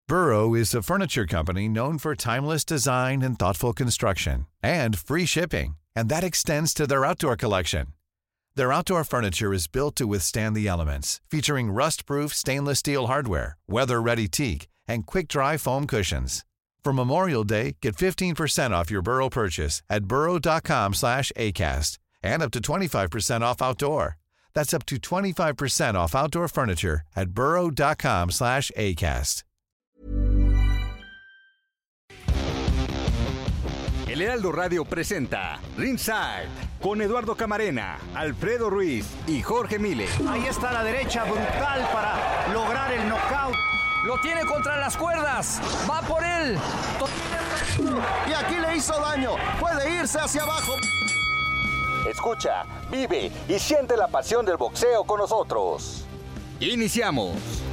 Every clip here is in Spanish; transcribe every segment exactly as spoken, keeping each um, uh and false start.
Burrow is a furniture company known for timeless design and thoughtful construction, and free shipping, and that extends to their outdoor collection. Their outdoor furniture is built to withstand the elements, featuring rust-proof stainless steel hardware, weather-ready teak, and quick-dry foam cushions. For Memorial Day, get fifteen percent off your Burrow purchase at burrow.com slash ACAST and up to twenty-five percent off outdoor. That's up to twenty-five percent off outdoor furniture at burrow.com slash ACAST. El Heraldo Radio presenta Ringside con Eduardo Camarena, Alfredo Ruiz y Jorge Mile. Ahí está la derecha brutal para lograr el knockout. Lo tiene contra las cuerdas. Va por él. Y aquí le hizo daño. Puede irse hacia abajo. Escucha, vive y siente la pasión del boxeo con nosotros. Iniciamos.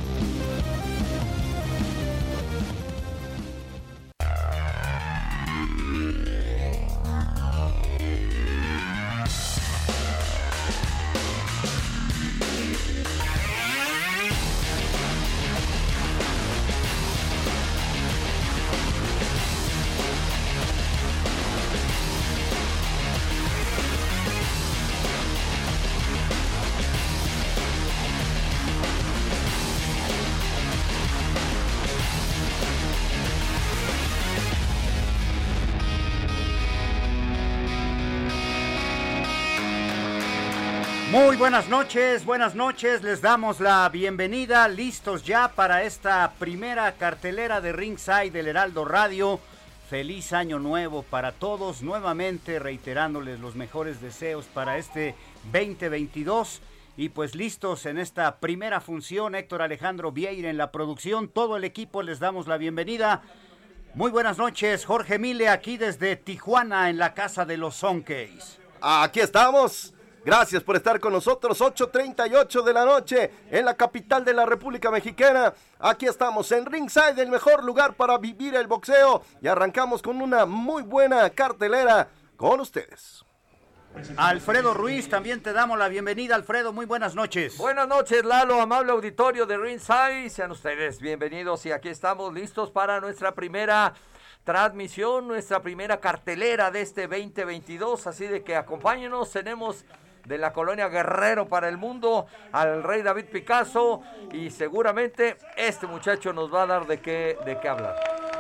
Muy buenas noches, buenas noches, les damos la bienvenida, listos ya para esta primera cartelera de Ringside del Heraldo Radio. Feliz año nuevo para todos, nuevamente reiterándoles los mejores deseos para este veinte veintidós. Y pues listos en esta primera función, Héctor Alejandro Vieira en la producción, todo el equipo les damos la bienvenida. Muy buenas noches, Jorge Mile, aquí desde Tijuana en la casa de los Sonkeys. Aquí estamos. Gracias por estar con nosotros, ocho treinta y ocho de la noche en la capital de la República Mexicana. Aquí estamos en Ringside, el mejor lugar para vivir el boxeo. Y arrancamos con una muy buena cartelera con ustedes. Alfredo Ruiz, también te damos la bienvenida, Alfredo, muy buenas noches. Buenas noches, Lalo, amable auditorio de Ringside. Sean ustedes bienvenidos y aquí estamos listos para nuestra primera transmisión, nuestra primera cartelera de este veinte veintidós. Así de que acompáñenos, tenemos de la colonia Guerrero para el mundo al Rey David Picasso y seguramente este muchacho nos va a dar de qué, de qué hablar.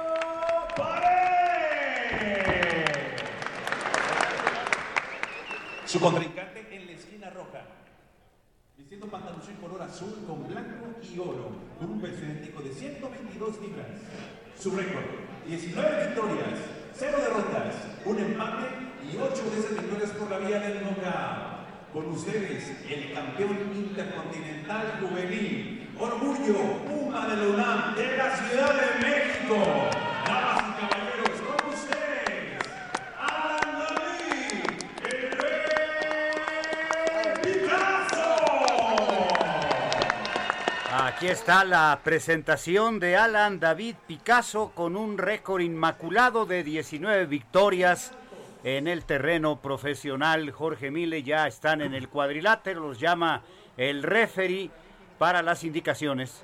Su contrincante en la esquina roja, vistiendo pantaloncillo color azul con blanco y oro, con un peso idéntico de ciento veintidós libras. Su récord, diecinueve victorias, cero derrotas, un empate y ocho de esas victorias por la vía del knockout. Con ustedes, el campeón intercontinental juvenil, Orgullo Puma de la UNAM de la Ciudad de México. Damas y caballeros, con ustedes, Alan David, el Rey Picasso. Aquí está la presentación de Alan David Picasso con un récord inmaculado de diecinueve victorias. En el terreno profesional, Jorge Mile, ya están en el cuadrilátero, los llama el referee para las indicaciones.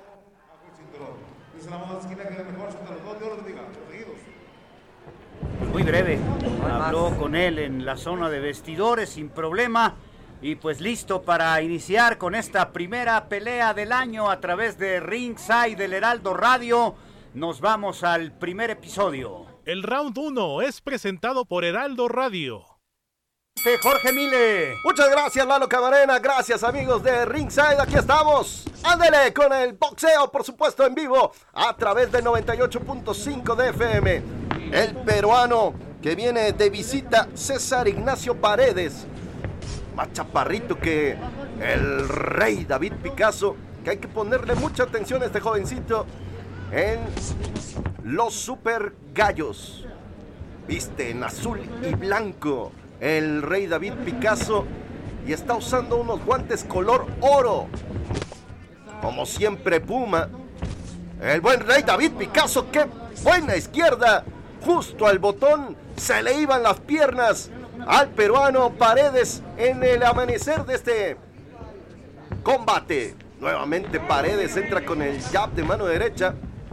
Muy breve, habló con él en la zona de vestidores sin problema y pues listo para iniciar con esta primera pelea del año a través de Ringside del Heraldo Radio. Nos vamos al primer episodio. El round uno es presentado por Heraldo Radio. Jorge Mile. Muchas gracias, Lalo Camarena. Gracias, amigos de Ringside. Aquí estamos. Ándele con el boxeo, por supuesto, en vivo a través de noventa y ocho punto cinco de F M. El peruano que viene de visita, César Ignacio Paredes. Más chaparrito que el Rey David Picasso, que hay que ponerle mucha atención a este jovencito en los Super Gallos. Viste en azul y blanco el Rey David Picasso y está usando unos guantes color oro. Como siempre, Puma. El buen Rey David Picasso, qué buena izquierda. Justo al botón se le iban las piernas al peruano Paredes en el amanecer de este combate. Nuevamente Paredes entra con el jab de mano derecha,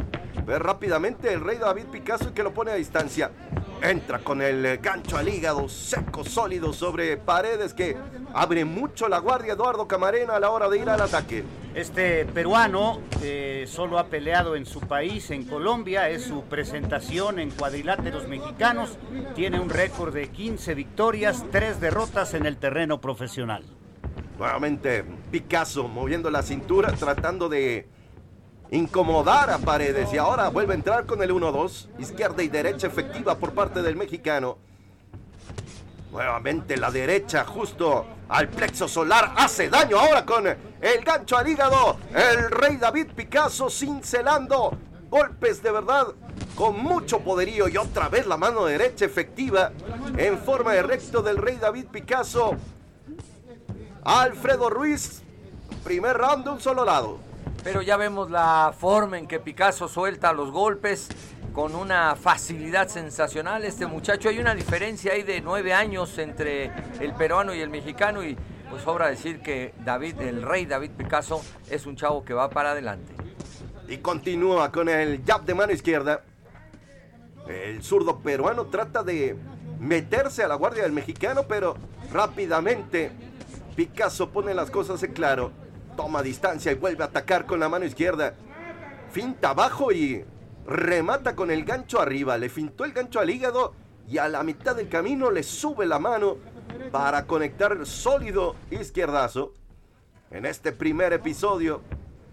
Ve rápidamente el Rey David Picasso y que lo pone a distancia. Entra con el gancho al hígado, seco, sólido sobre Paredes, que abre mucho la guardia Eduardo Camarena a la hora de ir al ataque. Este peruano eh, solo ha peleado en su país, en Colombia, es su presentación en cuadriláteros mexicanos, tiene un récord de quince victorias, tres derrotas en el terreno profesional. Nuevamente Picasso moviendo la cintura, tratando de incomodar a Paredes, y ahora vuelve a entrar con el uno dos, izquierda y derecha efectiva por parte del mexicano. Nuevamente la derecha justo al plexo solar, hace daño ahora con el gancho al hígado. El Rey David Picasso cincelando golpes de verdad con mucho poderío, y otra vez la mano derecha efectiva en forma de recto del Rey David Picasso. Alfredo Ruiz, primer round de un solo lado. Pero ya vemos la forma en que Picasso suelta los golpes con una facilidad sensacional. Este muchacho, hay una diferencia ahí de nueve años entre el peruano y el mexicano, y pues sobra decir que David, el Rey David Picasso, es un chavo que va para adelante. Y continúa con el jab de mano izquierda. El zurdo peruano trata de meterse a la guardia del mexicano, pero rápidamente Picasso pone las cosas en claro. Toma distancia y vuelve a atacar con la mano izquierda. Finta abajo y remata con el gancho arriba. Le fintó el gancho al hígado y a la mitad del camino le sube la mano para conectar sólido izquierdazo. En este primer episodio,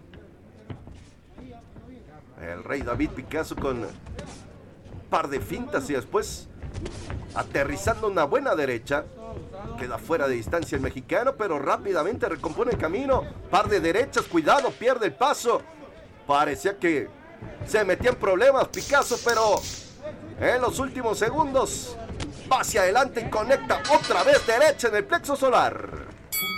el Rey David Picasso con un par de fintas y después aterrizando una buena derecha. Queda fuera de distancia el mexicano, pero rápidamente recompone el camino. Par de derechas, cuidado, pierde el paso. Parecía que se metía en problemas Picasso, pero en los últimos segundos va hacia adelante y conecta otra vez derecha en el plexo solar.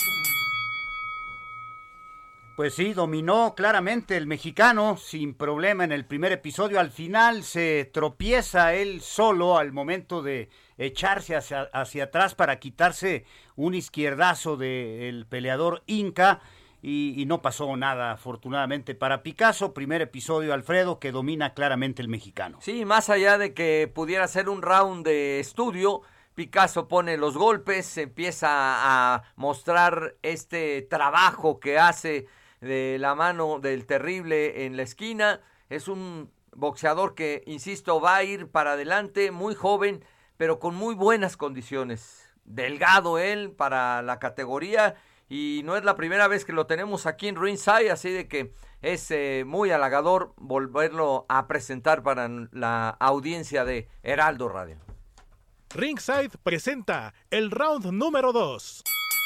Pues sí, dominó claramente el mexicano sin problema en el primer episodio. Al final se tropieza él solo al momento de echarse hacia, hacia atrás para quitarse un izquierdazo del peleador inca, y, y no pasó nada afortunadamente para Picasso. Primer episodio, Alfredo, que domina claramente el mexicano. Sí, más allá de que pudiera ser un round de estudio, Picasso pone los golpes, empieza a mostrar este trabajo que hace de la mano del terrible en la esquina. Es un boxeador que, insisto, va a ir para adelante, muy joven, pero con muy buenas condiciones. Delgado él para la categoría, y no es la primera vez que lo tenemos aquí en Ringside, así de que es eh, muy halagador volverlo a presentar para la audiencia de Heraldo Radio. Ringside presenta el round número dos.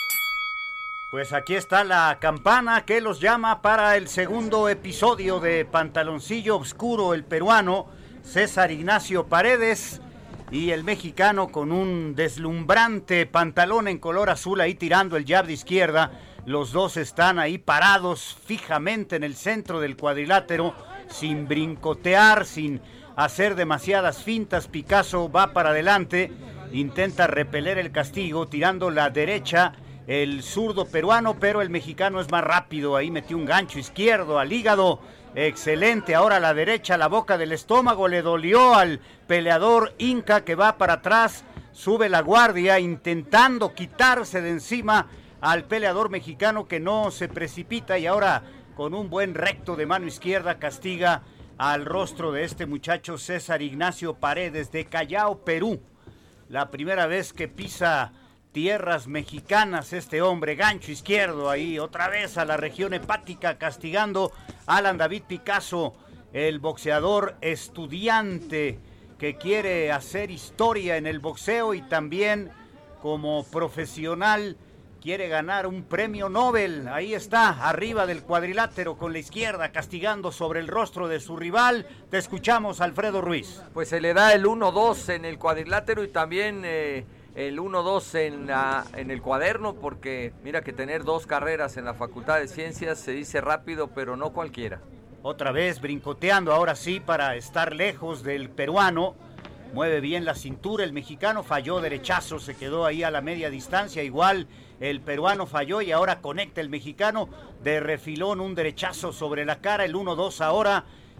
Pues aquí está la campana que los llama para el segundo episodio de Pantaloncillo Oscuro, el peruano César Ignacio Paredes, y el mexicano con un deslumbrante pantalón en color azul ahí tirando el jab de izquierda. Los dos están ahí parados fijamente en el centro del cuadrilátero, sin brincotear, sin hacer demasiadas fintas. Picasso va para adelante, intenta repeler el castigo tirando la derecha el zurdo peruano, pero el mexicano es más rápido. Ahí metió un gancho izquierdo al hígado, excelente. Ahora a la derecha, la boca del estómago, le dolió al peleador inca, que va para atrás, sube la guardia intentando quitarse de encima al peleador mexicano, que no se precipita, y ahora con un buen recto de mano izquierda castiga al rostro de este muchacho César Ignacio Paredes de Callao, Perú. La primera vez que pisa tierras mexicanas este hombre. Gancho izquierdo ahí otra vez a la región hepática, castigando a Alan David Picasso, el boxeador estudiante que quiere hacer historia en el boxeo y también como profesional quiere ganar un premio Nobel. Ahí está, arriba del cuadrilátero con la izquierda, castigando sobre el rostro de su rival. Te escuchamos, Alfredo Ruiz. Pues se le da el uno dos en el cuadrilátero y también eh, el uno dos en, la, en el cuaderno, porque mira que tener dos carreras en la Facultad de Ciencias se dice rápido, pero no cualquiera. Otra vez brincoteando, ahora sí, para estar lejos del peruano. Mueve bien la cintura, el mexicano falló derechazo, se quedó ahí a la media distancia, igual el peruano falló y ahora conecta el mexicano de refilón un derechazo sobre la cara, el uno dos ahora,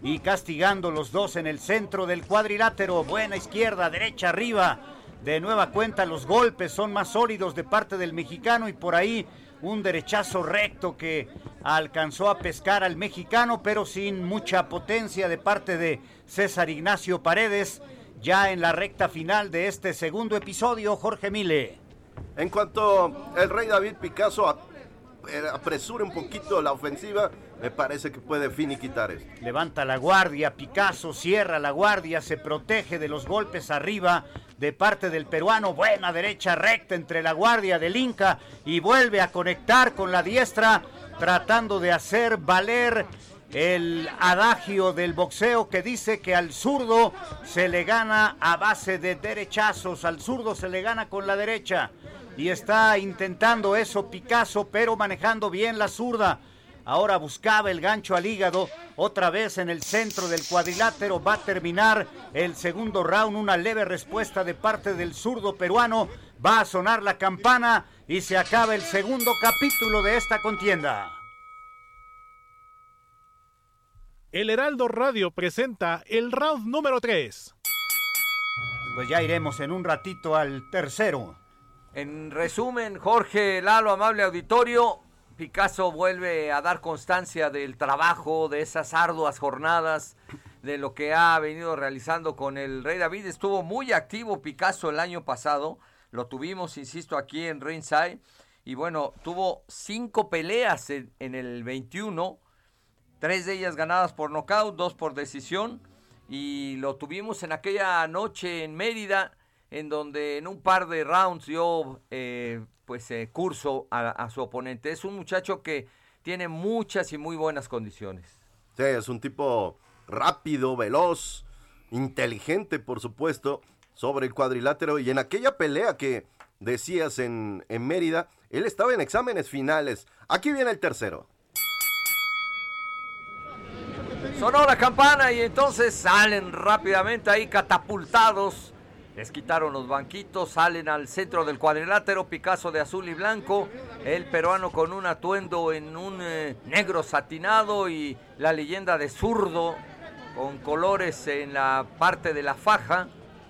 y castigando los dos en el centro del cuadrilátero. Buena izquierda, derecha, arriba. De nueva cuenta los golpes son más sólidos de parte del mexicano y por ahí un derechazo recto que alcanzó a pescar al mexicano, pero sin mucha potencia de parte de César Ignacio Paredes. Ya en la recta final de este segundo episodio, Jorge Mile. En cuanto el Rey David Picasso apresure un poquito la ofensiva, me parece que puede finiquitar esto. Levanta la guardia, Picasso cierra la guardia, se protege de los golpes arriba de parte del peruano. Buena derecha recta entre la guardia del Inca y vuelve a conectar con la diestra, tratando de hacer valer el adagio del boxeo que dice que al zurdo se le gana a base de derechazos, al zurdo se le gana con la derecha. Y está intentando eso Picasso, pero manejando bien la zurda. Ahora buscaba el gancho al hígado, otra vez en el centro del cuadrilátero. Va a terminar el segundo round, una leve respuesta de parte del zurdo peruano. Va a sonar la campana y se acaba el segundo capítulo de esta contienda. El Heraldo Radio presenta el round número tres. Pues ya iremos en un ratito al tercero. En resumen, Jorge, Lalo, amable auditorio, Picasso vuelve a dar constancia del trabajo, de esas arduas jornadas, de lo que ha venido realizando con el Rey David. Estuvo muy activo Picasso el año pasado, lo tuvimos, insisto, aquí en Ringside, y bueno, tuvo cinco peleas en, en el veintiuno, tres de ellas ganadas por nocaut, dos por decisión, y lo tuvimos en aquella noche en Mérida, en donde en un par de rounds dio eh, pues eh, curso a, a su oponente. Es un muchacho que tiene muchas y muy buenas condiciones. Sí, es un tipo rápido, veloz, inteligente, por supuesto, sobre el cuadrilátero. Y en aquella pelea que decías en, en Mérida, él estaba en exámenes finales. Aquí viene el tercero. Sonó la campana y entonces salen rápidamente ahí catapultados. Les quitaron los banquitos, salen al centro del cuadrilátero, Picasso de azul y blanco, el peruano con un atuendo en un eh, negro satinado y la leyenda de zurdo con colores en la parte de la faja,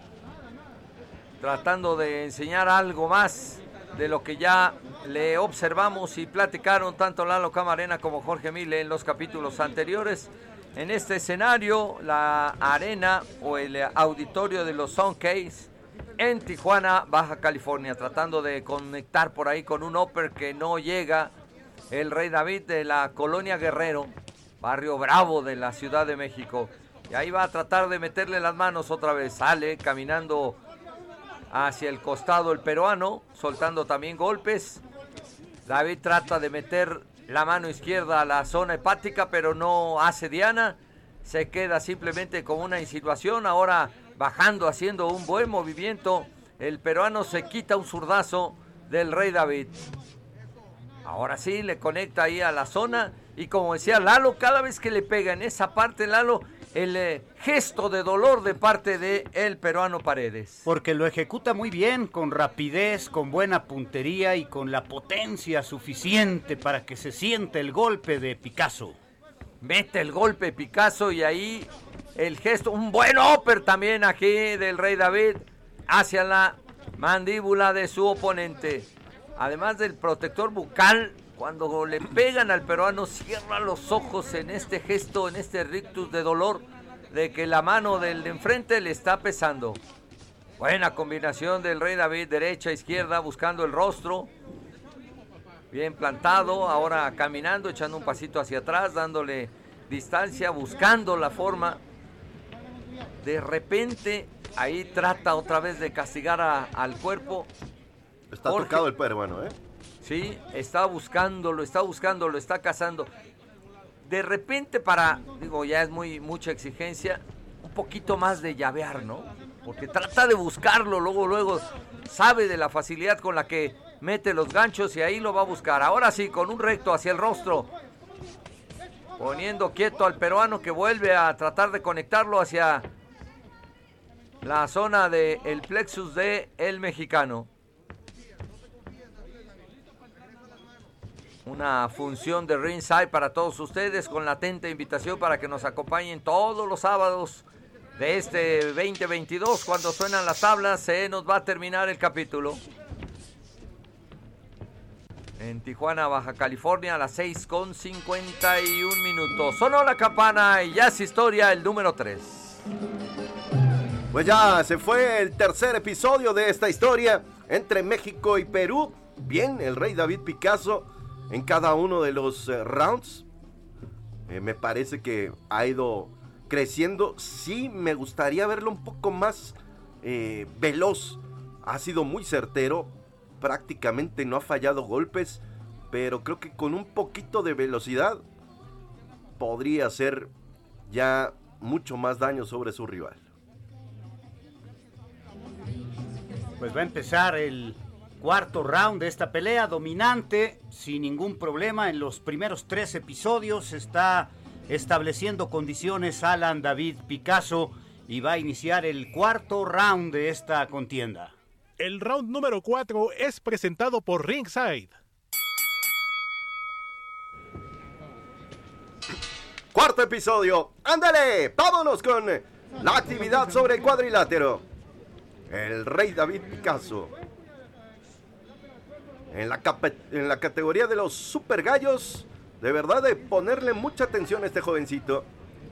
tratando de enseñar algo más de lo que ya le observamos y platicaron tanto Lalo Camarena como Jorge Mile en los capítulos anteriores. En este escenario, la arena o el auditorio de los Suncase en Tijuana, Baja California, tratando de conectar por ahí con un upper que no llega el Rey David de la Colonia Guerrero, barrio Bravo de la Ciudad de México. Y ahí va a tratar de meterle las manos otra vez, sale caminando hacia el costado el peruano, soltando también golpes. David trata de meter la mano izquierda a la zona hepática, pero no hace diana, se queda simplemente con una insinuación. Ahora bajando, haciendo un buen movimiento, el peruano se quita un zurdazo del Rey David. Ahora sí, le conecta ahí a la zona, y como decía Lalo, cada vez que le pega en esa parte, Lalo, el eh, gesto de dolor de parte de el peruano Paredes. Porque lo ejecuta muy bien, con rapidez, con buena puntería y con la potencia suficiente para que se siente el golpe de Picasso. Mete el golpe Picasso y ahí el gesto, un buen upper también aquí del Rey David hacia la mandíbula de su oponente. Además del protector bucal, cuando le pegan al peruano, cierra los ojos en este gesto, en este rictus de dolor, de que la mano del de enfrente le está pesando. Buena combinación del Rey David, derecha, izquierda, buscando el rostro. Bien plantado, ahora caminando, echando un pasito hacia atrás, dándole distancia, buscando la forma. De repente, ahí trata otra vez de castigar a, al cuerpo. Está Jorge, tocado el peruano, ¿eh? Sí, está buscándolo, está buscándolo, está cazando. De repente para, digo, ya es muy mucha exigencia, un poquito más de llavear, ¿no? Porque trata de buscarlo, luego, luego sabe de la facilidad con la que mete los ganchos y ahí lo va a buscar. Ahora sí, con un recto hacia el rostro, poniendo quieto al peruano que vuelve a tratar de conectarlo hacia la zona del plexus de el mexicano. una función de Ringside para todos ustedes, con la atenta invitación para que nos acompañen todos los sábados de este veinte veintidós. Cuando suenan las tablas, se nos va a terminar el capítulo. En Tijuana, Baja California, a las seis con cincuenta y un minutos. Sonó la campana y ya es historia el número tres. Pues ya se fue el tercer episodio de esta historia entre México y Perú. Bien, el Rey David Picasso en cada uno de los eh, rounds. Eh, me parece que ha ido creciendo. Sí, me gustaría verlo un poco más eh, veloz. Ha sido muy certero. Prácticamente no ha fallado golpes. Pero creo que con un poquito de velocidad podría hacer ya mucho más daño sobre su rival. Pues va a empezar el cuarto round de esta pelea, dominante, sin ningún problema. En los primeros tres episodios está estableciendo condiciones Alan David Picasso y va a iniciar el cuarto round de esta contienda. El round número cuatro es presentado por Ringside. Cuarto episodio, ándale, vámonos con la actividad sobre el cuadrilátero. El Rey David Picasso. En la, en la categoría de los super gallos, de verdad de ponerle mucha atención a este jovencito.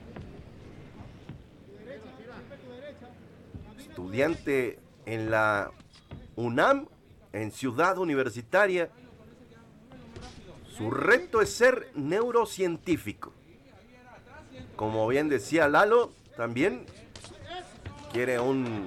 Estudiante en la UNAM, en Ciudad Universitaria. Su reto es ser neurocientífico. Como bien decía Lalo, también quiere un,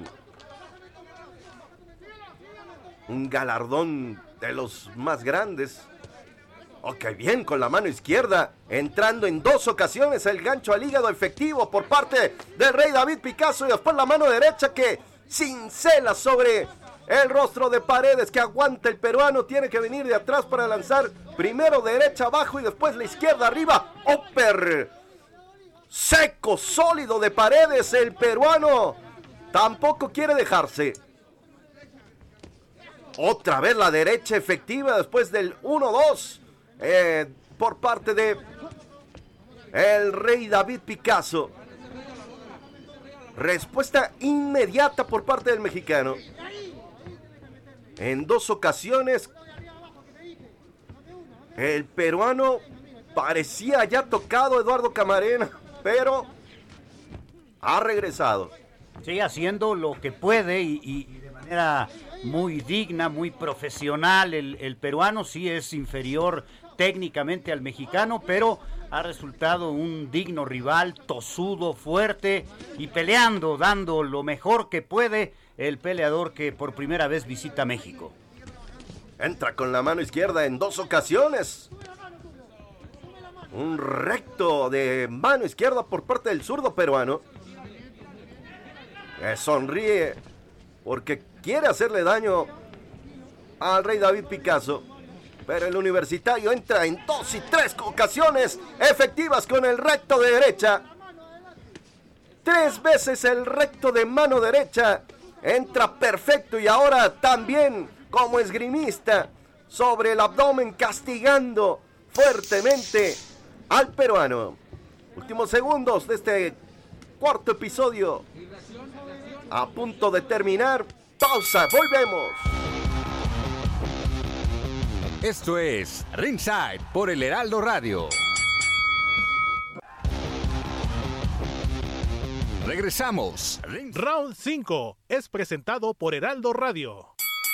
un galardón de los más grandes. Ok, bien, con la mano izquierda, entrando en dos ocasiones el gancho al hígado efectivo por parte del Rey David Picasso, y después la mano derecha que cincela sobre el rostro de Paredes, que aguanta el peruano. Tiene que venir de atrás para lanzar primero derecha abajo y después la izquierda arriba. Upper seco, sólido de Paredes. El peruano tampoco quiere dejarse. Otra vez la derecha efectiva después del uno dos eh, por parte de el Rey David Picasso. Respuesta inmediata por parte del mexicano. En dos ocasiones el peruano parecía ya tocado, Eduardo Camarena, pero ha regresado. Sí, haciendo lo que puede y, y de manera muy digna, muy profesional. El, el peruano sí es inferior técnicamente al mexicano, pero ha resultado un digno rival, tosudo, fuerte y peleando, dando lo mejor que puede el peleador que por primera vez visita México. Entra con la mano izquierda en dos ocasiones. Un recto de mano izquierda por parte del zurdo peruano. Que sonríe porque quiere hacerle daño al Rey David Picasso. Pero el universitario entra en dos y tres ocasiones efectivas con el recto de derecha. Tres veces el recto de mano derecha. Entra perfecto y ahora también como esgrimista sobre el abdomen, castigando fuertemente al peruano. Últimos segundos de este cuarto episodio. A punto de terminar. Pausa, volvemos. Esto es Ringside por el Heraldo Radio. Regresamos. Round cinco es presentado por Heraldo Radio.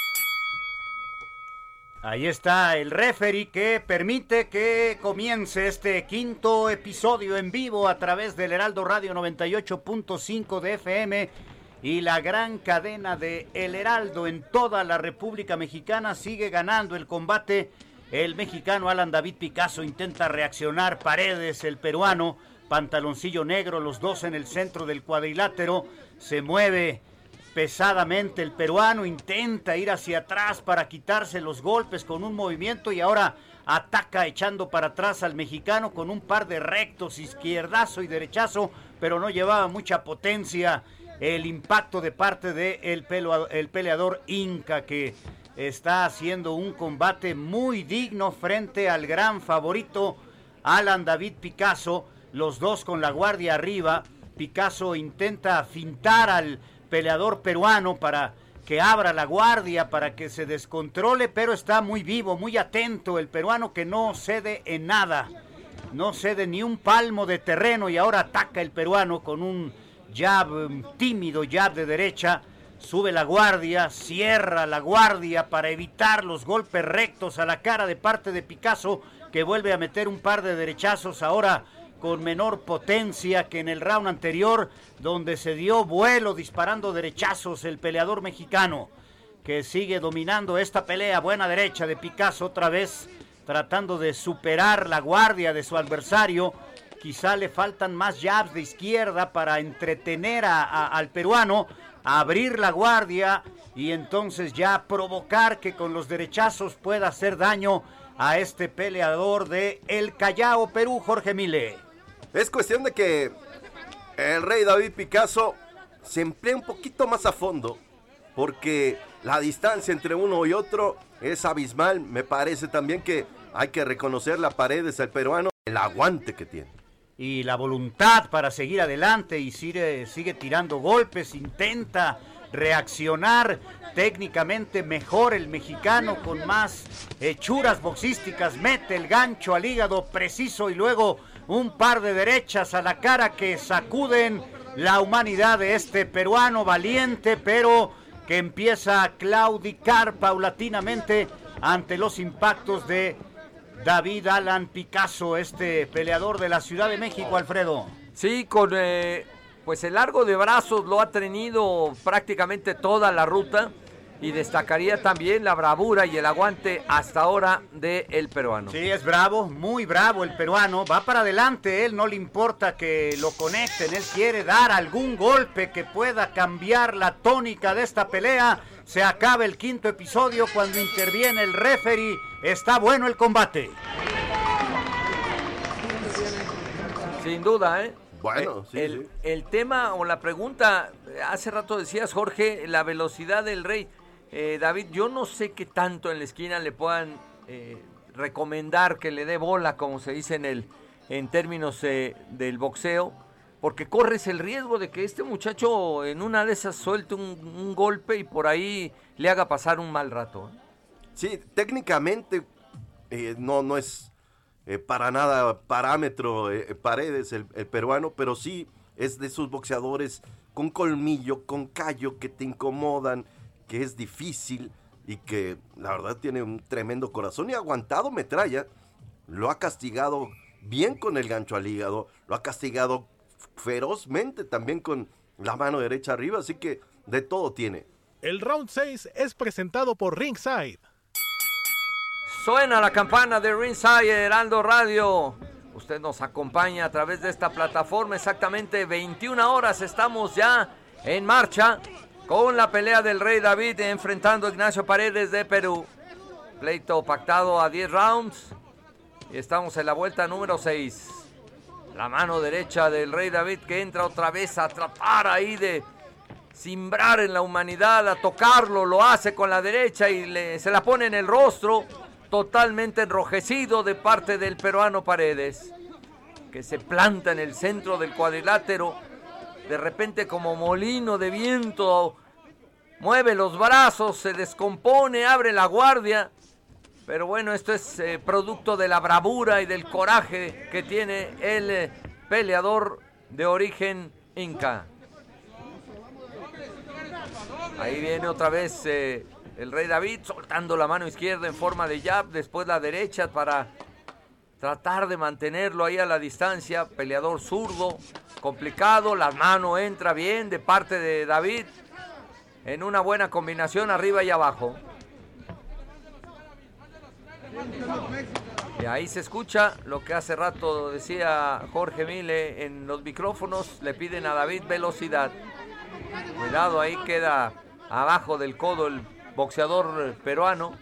Ahí está el referee que permite que comience este quinto episodio en vivo a través del Heraldo Radio noventa y ocho punto cinco de F M y la gran cadena de El Heraldo en toda la República Mexicana. Sigue ganando el combate el mexicano Alan David Picasso. Intenta reaccionar Paredes, el peruano, pantaloncillo negro, los dos en el centro del cuadrilátero. Se mueve pesadamente el peruano, intenta ir hacia atrás para quitarse los golpes con un movimiento y ahora ataca echando para atrás al mexicano con un par de rectos, izquierdazo y derechazo, pero no llevaba mucha potencia el impacto de parte del de el peleador inca, que está haciendo un combate muy digno frente al gran favorito Alan David Picasso, los dos con la guardia arriba. Picasso intenta fintar al peleador peruano para que abra la guardia, para que se descontrole, pero está muy vivo, muy atento el peruano, que no cede en nada, no cede ni un palmo de terreno, y ahora ataca el peruano con un jab, un tímido jab de derecha. Sube la guardia, cierra la guardia para evitar los golpes rectos a la cara de parte de Picasso, que vuelve a meter un par de derechazos ahora con menor potencia que en el round anterior, donde se dio vuelo disparando derechazos el peleador mexicano, que sigue dominando esta pelea. Buena derecha de Picasso, otra vez tratando de superar la guardia de su adversario. Quizá le faltan más jabs de izquierda para entretener a, a, al peruano, a abrir la guardia y entonces ya provocar que con los derechazos pueda hacer daño a este peleador de El Callao, Perú, Jorge Mile. Es cuestión de que el Rey David Picasso se emplea un poquito más a fondo, porque la distancia entre uno y otro es abismal. Me parece también que hay que reconocer la Paredes al peruano, el aguante que tiene. Y la voluntad para seguir adelante, y sigue, sigue tirando golpes, intenta reaccionar técnicamente mejor el mexicano, con más hechuras boxísticas, mete el gancho al hígado preciso y luego un par de derechas a la cara que sacuden la humanidad de este peruano valiente, pero que empieza a claudicar paulatinamente ante los impactos de David Alan Picasso, este peleador de la Ciudad de México, Alfredo. Sí, con eh, pues el largo de brazos lo ha tenido prácticamente toda la ruta, y destacaría también la bravura y el aguante hasta ahora del peruano. Sí, es bravo, muy bravo el peruano, va para adelante, él no le importa que lo conecten, él quiere dar algún golpe que pueda cambiar la tónica de esta pelea. Se acaba el quinto episodio cuando interviene el referee. Está bueno el combate. Sin duda, ¿eh? Bueno, sí, el, sí. el tema o la pregunta, hace rato decías, Jorge, la velocidad del Rey. Eh, David, yo no sé qué tanto en la esquina le puedan eh, recomendar que le dé bola, como se dice en, el, en términos eh, del boxeo, porque corres el riesgo de que este muchacho en una de esas suelte un, un golpe y por ahí le haga pasar un mal rato. Sí, técnicamente eh, no, no es eh, para nada parámetro eh, Paredes, el, el peruano, pero sí es de esos boxeadores con colmillo, con callo, que te incomodan, que es difícil y que la verdad tiene un tremendo corazón y ha aguantado metralla. Lo ha castigado bien con el gancho al hígado, lo ha castigado ferozmente también con la mano derecha arriba, así que de todo tiene. El round seis es presentado por Ringside. Suena la campana de Ringside, Heraldo Radio. Usted nos acompaña a través de esta plataforma, exactamente veintiuna horas, estamos ya en marcha con la pelea del Rey David enfrentando a Ignacio Paredes de Perú. Pleito pactado a diez rounds y estamos en la vuelta número seis. La mano derecha del Rey David, que entra otra vez a tratar ahí de simbrar en la humanidad, a tocarlo, lo hace con la derecha y le, se la pone en el rostro, totalmente enrojecido de parte del peruano Paredes, que se planta en el centro del cuadrilátero, de repente como molino de viento, mueve los brazos, se descompone, abre la guardia. Pero bueno, esto es eh, producto de la bravura y del coraje que tiene el eh, peleador de origen inca. Ahí viene otra vez eh, el Rey David soltando la mano izquierda en forma de jab, después la derecha para tratar de mantenerlo ahí a la distancia. Peleador zurdo, complicado, la mano entra bien de parte de David en una buena combinación arriba y abajo. Y ahí se escucha lo que hace rato decía Jorge Mile en los micrófonos, le piden a David velocidad. Cuidado, ahí queda abajo del codo el boxeador peruano.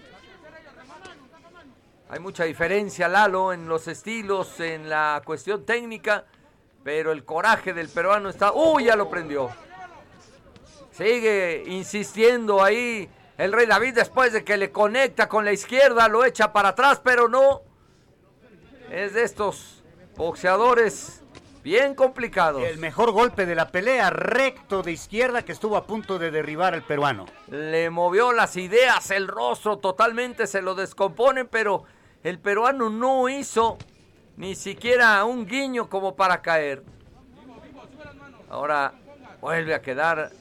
Hay mucha diferencia, Lalo, en los estilos, en la cuestión técnica, pero el coraje del peruano está... ¡Uy! Ya lo prendió. Sigue insistiendo ahí El Rey David, después de que le conecta con la izquierda, lo echa para atrás, pero no. Es de estos boxeadores bien complicados. El mejor golpe de la pelea, recto de izquierda, que estuvo a punto de derribar al peruano. Le movió las ideas, el rostro totalmente se lo descomponen, pero el peruano no hizo ni siquiera un guiño como para caer. Ahora vuelve a quedar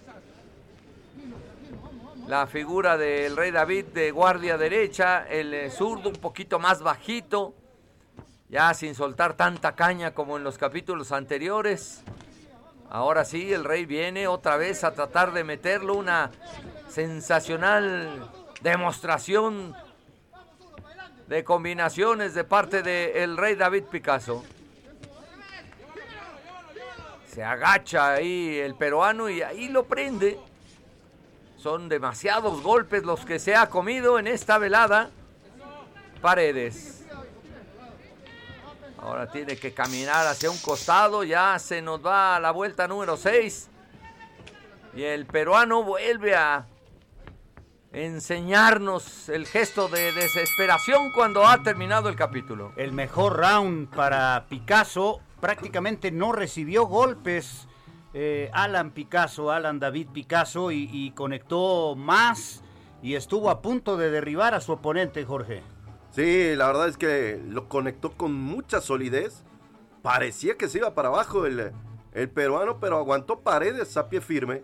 la figura del Rey David de guardia derecha, el zurdo un poquito más bajito, ya sin soltar tanta caña como en los capítulos anteriores. Ahora sí, el Rey viene otra vez a tratar de meterlo, una sensacional demostración de combinaciones de parte del Rey David Picasso. Se agacha ahí el peruano y ahí lo prende. Son demasiados golpes los que se ha comido en esta velada Paredes. Ahora tiene que caminar hacia un costado, ya se nos va a la vuelta número seis. Y el peruano vuelve a enseñarnos el gesto de desesperación cuando ha terminado el capítulo. El mejor round para Picasso, prácticamente no recibió golpes eh, Alan Picasso, Alan David Picasso, y, y conectó más y estuvo a punto de derribar a su oponente, Jorge. Sí, la verdad es que lo conectó con mucha solidez. Parecía que se iba para abajo el, el peruano, pero aguantó Paredes a pie firme.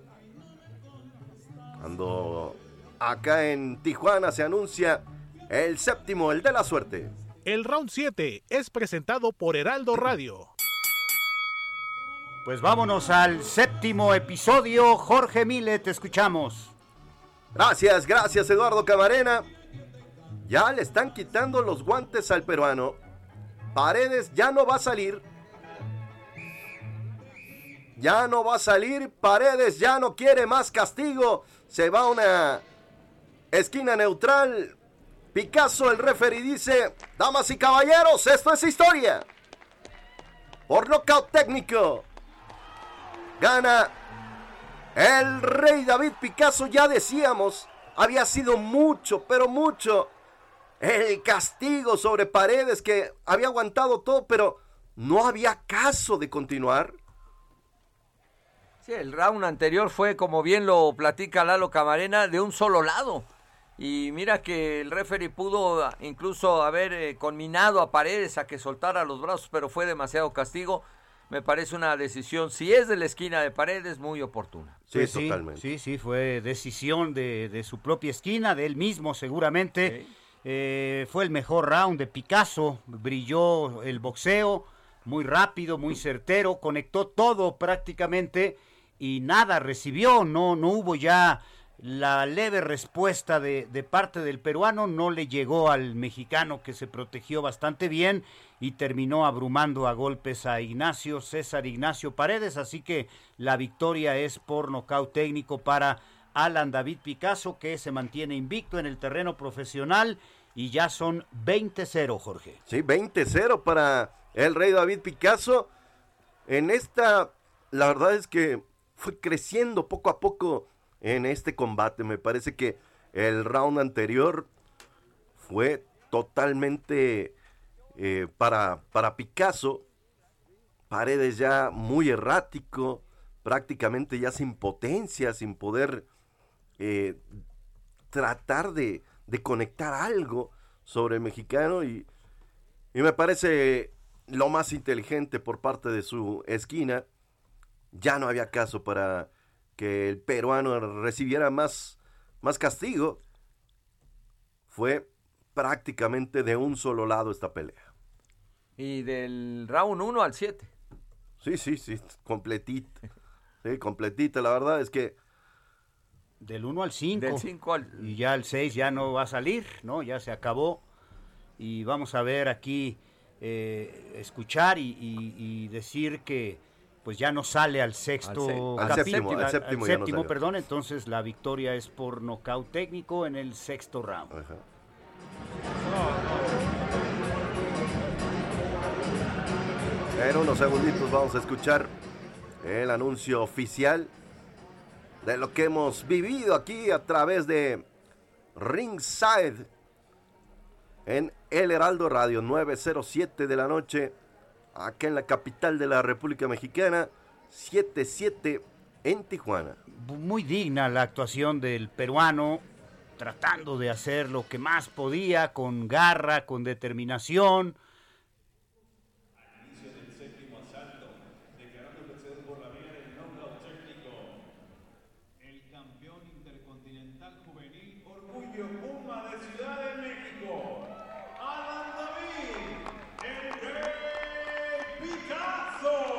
Cuando acá en Tijuana se anuncia el séptimo, el de la suerte. El round siete es presentado por Heraldo Radio. Pues vámonos al séptimo episodio. Jorge Mille, te escuchamos. Gracias, gracias Eduardo Camarena. Ya le están quitando los guantes al peruano. Paredes ya no va a salir. Ya no va a salir. Paredes ya no quiere más castigo. Se va a una esquina neutral. Picasso, el referee, dice: damas y caballeros, esto es historia. Por nocaut técnico gana el Rey David Picasso. Ya decíamos, había sido mucho, pero mucho el castigo sobre Paredes, que había aguantado todo, pero no había caso de continuar. Sí, el round anterior fue, como bien lo platica Lalo Camarena, de un solo lado. Y mira que el referee pudo incluso haber eh, conminado a Paredes a que soltara los brazos, pero fue demasiado castigo. Me parece una decisión, si es de la esquina de Paredes, muy oportuna. Sí, Pues sí, totalmente. Sí, sí, fue decisión de, de su propia esquina, de él mismo seguramente. Sí. Eh, fue el mejor round de Picasso, brilló el boxeo, muy rápido, muy certero, conectó todo prácticamente y nada recibió, no, no hubo ya la leve respuesta de, de parte del peruano, no le llegó al mexicano, que se protegió bastante bien y terminó abrumando a golpes a Ignacio, César Ignacio Paredes, así que la victoria es por nocaut técnico para Alan David Picasso, que se mantiene invicto en el terreno profesional y ya son veinte cero, Jorge. Sí, veinte cero para el Rey David Picasso. En esta, la verdad es que fue creciendo poco a poco en este combate. Me parece que el round anterior fue totalmente eh, para, para Picasso. Paredes ya muy errático, prácticamente ya sin potencia, sin poder eh, tratar de, de conectar algo sobre el mexicano. Y, y me parece lo más inteligente por parte de su esquina. Ya no había caso para que el peruano recibiera más, más castigo. Fue prácticamente de un solo lado esta pelea. Y del round uno al siete. Sí, sí, sí, completita. Sí, completita, la verdad es que... Del uno al cinco. Del cinco al... Y ya el seis ya no va a salir, ¿no? Ya se acabó. Y vamos a ver aquí, eh, escuchar y, y, y decir que pues ya no sale al sexto al, se- al séptimo, al séptimo, al ya no séptimo salió. perdón, entonces la victoria es por nocaut técnico en el sexto round. Ajá. En unos segunditos vamos a escuchar el anuncio oficial de lo que hemos vivido aquí a través de Ringside en El Heraldo Radio, nueve cero siete de la noche, acá en la capital de la República Mexicana, siete siete en Tijuana. Muy digna la actuación del peruano, tratando de hacer lo que más podía, con garra, con determinación. Al inicio del séptimo asalto, declarando el vencedor por la vía del knockout técnico, el campeón intercontinental juvenil, Orgullo Puma de Ciudad de México, Alan David, el Rey Picasso.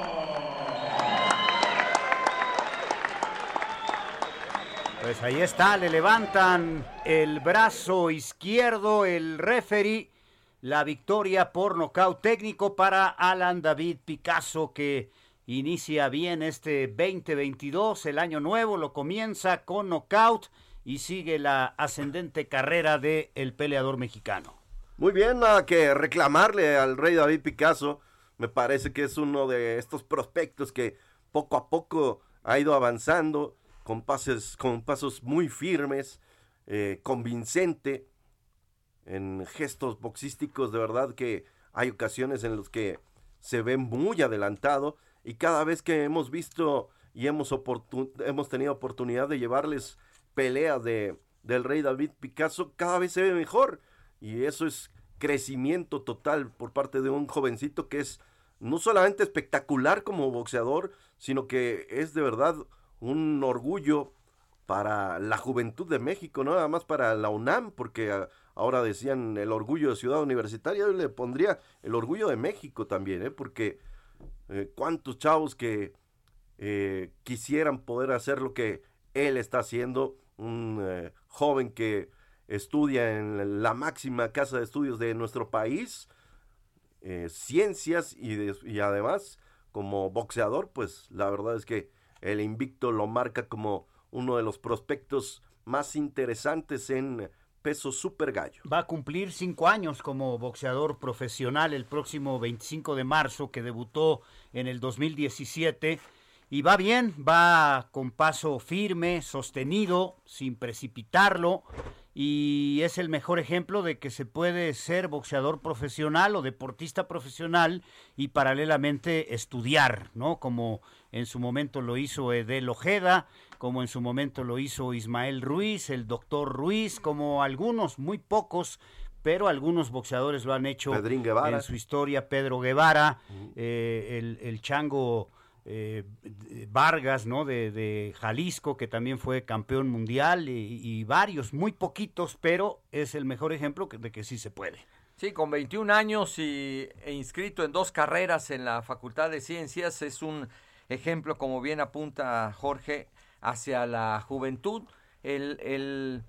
Pues ahí está, le levantan el brazo izquierdo el referee, la victoria por nocaut técnico para Alan David Picasso, que inicia bien este veinte veintidós, el año nuevo, lo comienza con nocaut y sigue la ascendente carrera del peleador mexicano. Muy bien, nada que reclamarle al Rey David Picasso, me parece que es uno de estos prospectos que poco a poco ha ido avanzando, con pases, con pasos muy firmes, eh, convincente, en gestos boxísticos, de verdad que hay ocasiones en las que se ve muy adelantado, y cada vez que hemos visto y hemos, oportun- hemos tenido oportunidad de llevarles peleas de, del Rey David Picasso, cada vez se ve mejor, y eso es crecimiento total por parte de un jovencito que es no solamente espectacular como boxeador, sino que es de verdad un orgullo para la juventud de México, no nada más para la UNAM, porque a, ahora decían el orgullo de Ciudad Universitaria, yo le pondría el orgullo de México también, ¿eh? porque eh, cuántos chavos que eh, quisieran poder hacer lo que él está haciendo, un eh, joven que estudia en la máxima casa de estudios de nuestro país, eh, ciencias y, de, y además como boxeador, pues la verdad es que el invicto lo marca como uno de los prospectos más interesantes en peso super gallo. Va a cumplir cinco años como boxeador profesional el próximo veinticinco de marzo, que debutó en el dos mil diecisiete, y va bien, va con paso firme, sostenido, sin precipitarlo, y es el mejor ejemplo de que se puede ser boxeador profesional o deportista profesional y paralelamente estudiar, ¿no? Como en su momento lo hizo Edel Ojeda, como en su momento lo hizo Ismael Ruiz, el doctor Ruiz, como algunos, muy pocos, pero algunos boxeadores lo han hecho en su historia. Pedro Guevara, uh-huh. eh, el, el Chango eh, Vargas, ¿no? De, de Jalisco, que también fue campeón mundial, y, y varios, muy poquitos, pero es el mejor ejemplo de que sí se puede. Sí, con veintiún años y, e inscrito en dos carreras en la Facultad de Ciencias, es un ejemplo, como bien apunta Jorge, hacia la juventud. El, el,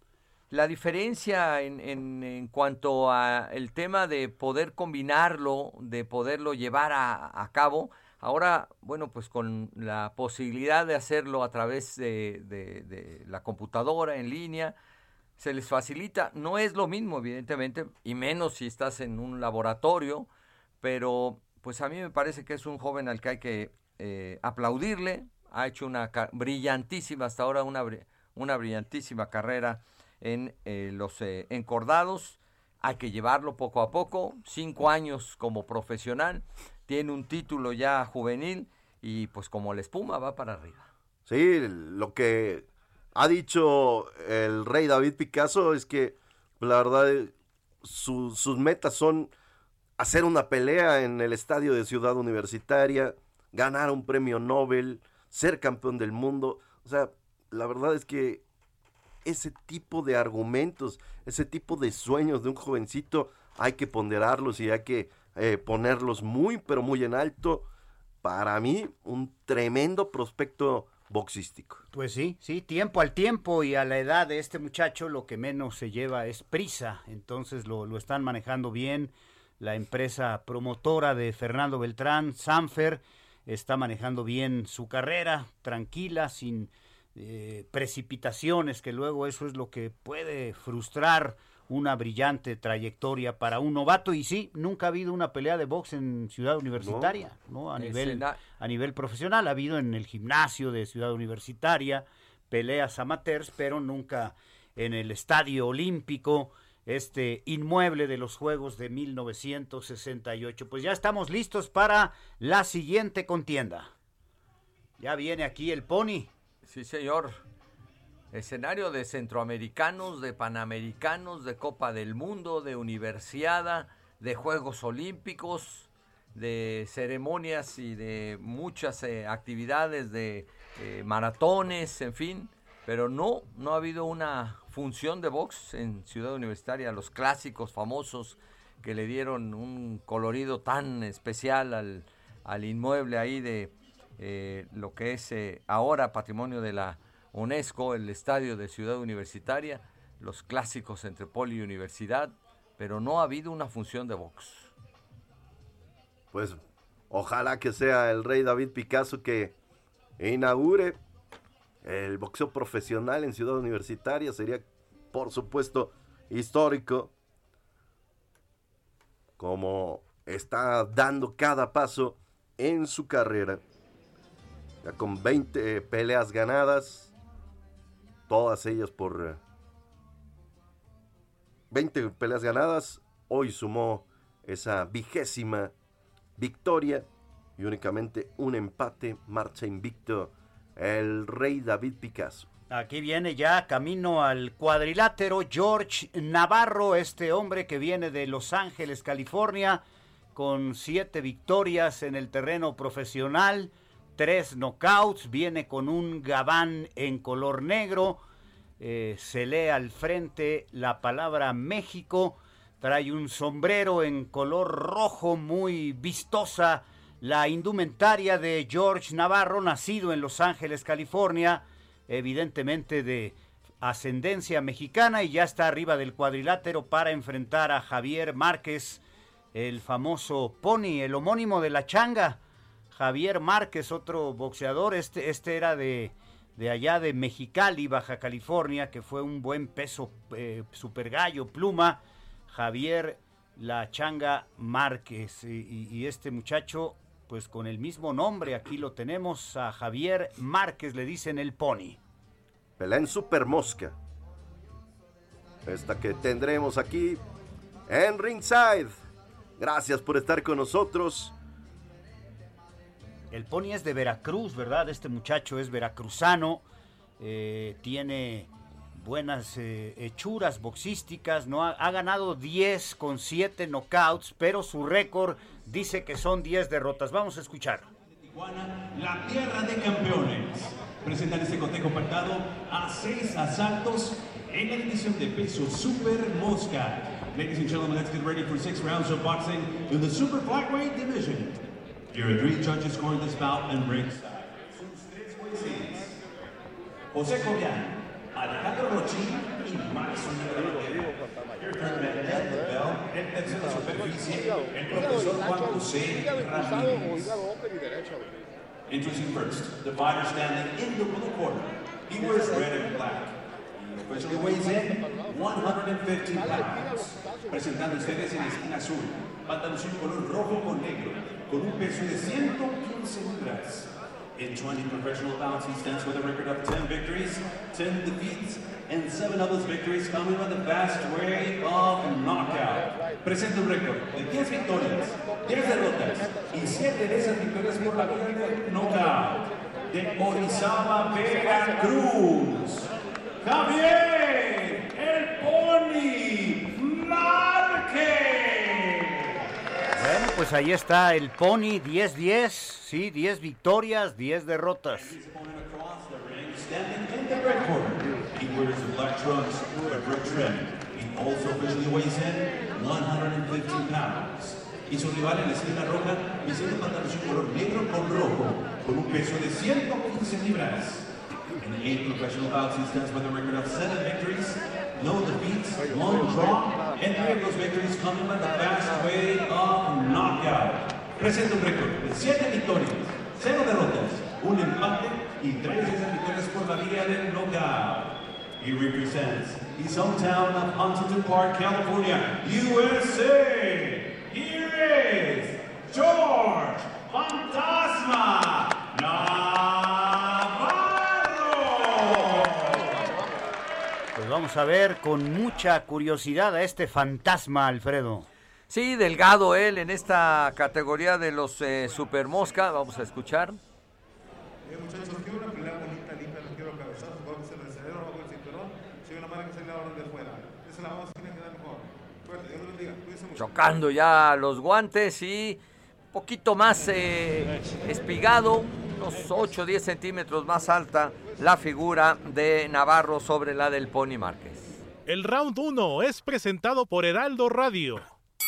la diferencia en, en, en cuanto a el tema de poder combinarlo, de poderlo llevar a, a cabo, ahora, bueno, pues con la posibilidad de hacerlo a través de, de, de la computadora en línea, se les facilita. No es lo mismo, evidentemente, y menos si estás en un laboratorio, pero pues a mí me parece que es un joven al que hay que eh, aplaudirle. Ha hecho una ca- brillantísima, hasta ahora una, una brillantísima carrera en eh, los eh, encordados. Hay que llevarlo poco a poco, cinco años como profesional, tiene un título ya juvenil y pues como la espuma va para arriba. Sí, lo que ha dicho el Rey David Picasso es que la verdad su, sus metas son hacer una pelea en el estadio de Ciudad Universitaria, ganar un premio Nobel, ser campeón del mundo. O sea, la verdad es que ese tipo de argumentos, ese tipo de sueños de un jovencito hay que ponderarlos y hay que eh, ponerlos muy pero muy en alto. Para mí, un tremendo prospecto boxístico. Pues sí, sí, tiempo al tiempo, y a la edad de este muchacho lo que menos se lleva es prisa, entonces lo, lo están manejando bien. La empresa promotora de Fernando Beltrán, Sanfer, está manejando bien su carrera, tranquila, sin eh, precipitaciones, que luego eso es lo que puede frustrar una brillante trayectoria para un novato. Y sí, nunca ha habido una pelea de box en Ciudad Universitaria, ¿no? ¿no? A nivel, a nivel profesional, ha habido en el gimnasio de Ciudad Universitaria peleas amateurs, pero nunca en el Estadio Olímpico, este inmueble de los Juegos de mil novecientos sesenta y ocho. Pues ya estamos listos para la siguiente contienda. Ya viene aquí el Pony. Sí, señor. Escenario de centroamericanos, de panamericanos, de Copa del Mundo, de universiada, de Juegos Olímpicos, de ceremonias y de muchas eh, actividades, de eh, maratones, en fin. Pero no, no ha habido una función de box en Ciudad Universitaria, los clásicos famosos que le dieron un colorido tan especial al, al inmueble ahí de eh, lo que es eh, ahora patrimonio de la UNESCO, el estadio de Ciudad Universitaria, los clásicos entre Poli y Universidad, pero no ha habido una función de box. Pues ojalá que sea el Rey David Picasso que inaugure el boxeo profesional en Ciudad Universitaria. Sería, por supuesto, histórico, como está dando cada paso en su carrera. Ya con veinte peleas ganadas, todas ellas por veinte peleas ganadas. Hoy sumó esa vigésima victoria y únicamente un empate. Marcha invicto el Rey David Picasso. Aquí viene ya camino al cuadrilátero George Navarro, este hombre que viene de Los Ángeles, California, con siete victorias en el terreno profesional, tres knockouts, viene con un gabán en color negro, eh, se lee al frente la palabra México, trae un sombrero en color rojo, muy vistosa la indumentaria de George Navarro, nacido en Los Ángeles, California, evidentemente de ascendencia mexicana, y ya está arriba del cuadrilátero para enfrentar a Javier Márquez, el famoso Pony, el homónimo de la changa. Javier Márquez, otro boxeador, este, este era de, de allá de Mexicali, Baja California, que fue un buen peso eh, super gallo, pluma, Javier la changa Márquez, y, y este muchacho, pues con el mismo nombre, aquí lo tenemos, a Javier Márquez, le dicen el Pony. Pelea en Super Mosca, esta que tendremos aquí en Ringside. Gracias por estar con nosotros. El Pony es de Veracruz, ¿verdad? Este muchacho es veracruzano, eh, tiene buenas eh, hechuras boxísticas, ¿no? Ha, ha ganado diez con siete knockouts, pero su récord dice que son diez derrotas. Vamos a escuchar. Tijuana, la tierra de campeones. Presentan este cotejo pactado a seis asaltos en la división de peso Super Mosca. Ladies and gentlemen, let's get ready for six rounds of boxing in the Super Flyweight division. Here are three judges scoring this bout and ringside. Sus tres jueces: José Cobian, Alejandro Rochín y Max Unidad. Your third man at the bell, en tercera superficie, el profesor Juan José Ramírez. Introducing first, the fighter standing in the blue corner. He wears red and black. He officially weighs in one hundred fifty pounds. Presentando ustedes en la esquina azul, pantaloncillo color rojo con negro, con un peso de ciento quince libras. In twenty professional bouts, he stands with a record of ten victories, ten defeats, and seven of those victories coming by the fast way of knockout. Presenta un récord de diez victorias, diez derrotas y siete de esas victorias por la vía de knockout. De Orizaba, Veracruz, Javier el Pony Márquez. Bueno, pues ahí está el Pony, diez diez, sí, diez victorias, diez derrotas. Standing in the red corner, he wears the black trunks with a red trim. He also officially weighs in one hundred fifty pounds. Y su rival en la esquina roja, vistiendo pantaloncillo color negro con rojo, con un peso de ciento quince libras. In eight professional bouts, he stands with a record of seven victories, no defeats, one draw, and three of those victories coming by the fast way of knockout. Presenta un récord de siete victorias, cero derrotas, un empate y tres de esas victorias por la vía del knockout. He represents his hometown of Huntington Park, California, U S A. Here is George Fantasma Navarro. Pues vamos a ver con mucha curiosidad a este fantasma, Alfredo. Sí, delgado él en esta categoría de los eh, Super Mosca. Vamos a escuchar. Bien, muchachos, quiero una pelea bonita, limpia, no quiero cabezazos, voy a hacer el cerebro, bajo el cinturón, soy una madre que se le abran de fuera. Esa la vamos a tener que dar mejor. Fuerte, Dios los bendiga, cuídense mucho. Chocando ya los guantes y un poquito más eh, espigado, unos ocho o diez centímetros más alta la figura de Navarro sobre la del Pony Márquez. El round uno es presentado por Heraldo Radio.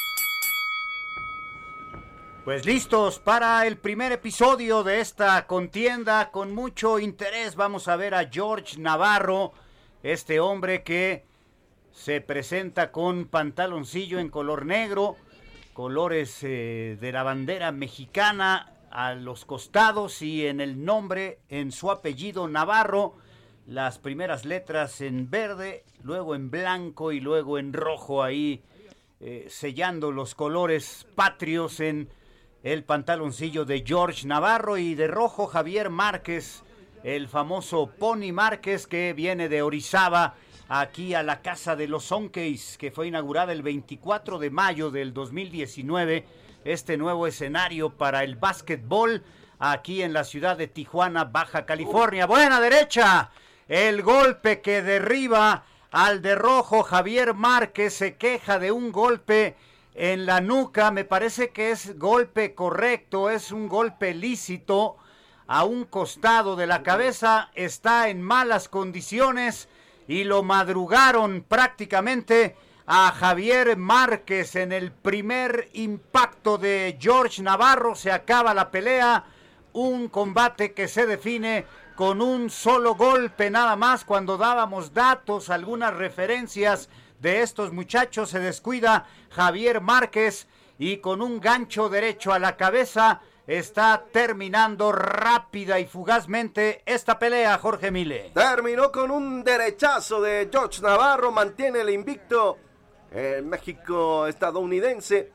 Pues listos para el primer episodio de esta contienda. Con mucho interés vamos a ver a George Navarro, este hombre que se presenta con pantaloncillo en color negro, colores eh, de la bandera mexicana a los costados y en el nombre, en su apellido Navarro, las primeras letras en verde, luego en blanco y luego en rojo ahí eh, sellando los colores patrios en el pantaloncillo de George Navarro, y de rojo Javier Márquez, el famoso Pony Márquez, que viene de Orizaba aquí a la Casa de los Sonkeys, que fue inaugurada el veinticuatro de mayo del dos mil diecinueve, este nuevo escenario para el básquetbol aquí en la ciudad de Tijuana, Baja California. Buena derecha, el golpe que derriba al de rojo. Javier Márquez se queja de un golpe en la nuca, me parece que es golpe correcto, es un golpe lícito a un costado de la cabeza, está en malas condiciones y lo madrugaron prácticamente a Javier Márquez en el primer impacto de George Navarro. Se acaba la pelea, un combate que se define con un solo golpe nada más. Cuando dábamos datos, algunas referencias de estos muchachos, se descuida Javier Márquez y con un gancho derecho a la cabeza está terminando rápida y fugazmente esta pelea, Jorge Mile. Terminó con un derechazo de George Navarro, mantiene el invicto el México estadounidense,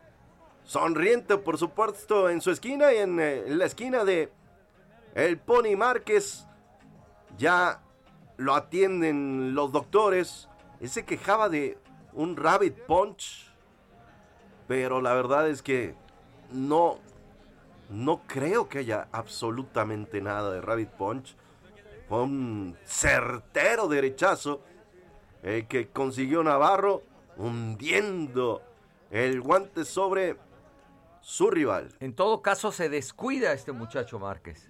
sonriente por supuesto en su esquina, y en, eh, en la esquina de el Pony Márquez ya lo atienden los doctores. Él se quejaba de un rabbit punch, pero la verdad es que no, no creo que haya absolutamente nada de rabbit punch. Fue un certero derechazo el que consiguió Navarro, hundiendo el guante sobre su rival. En todo caso se descuida este muchacho Márquez.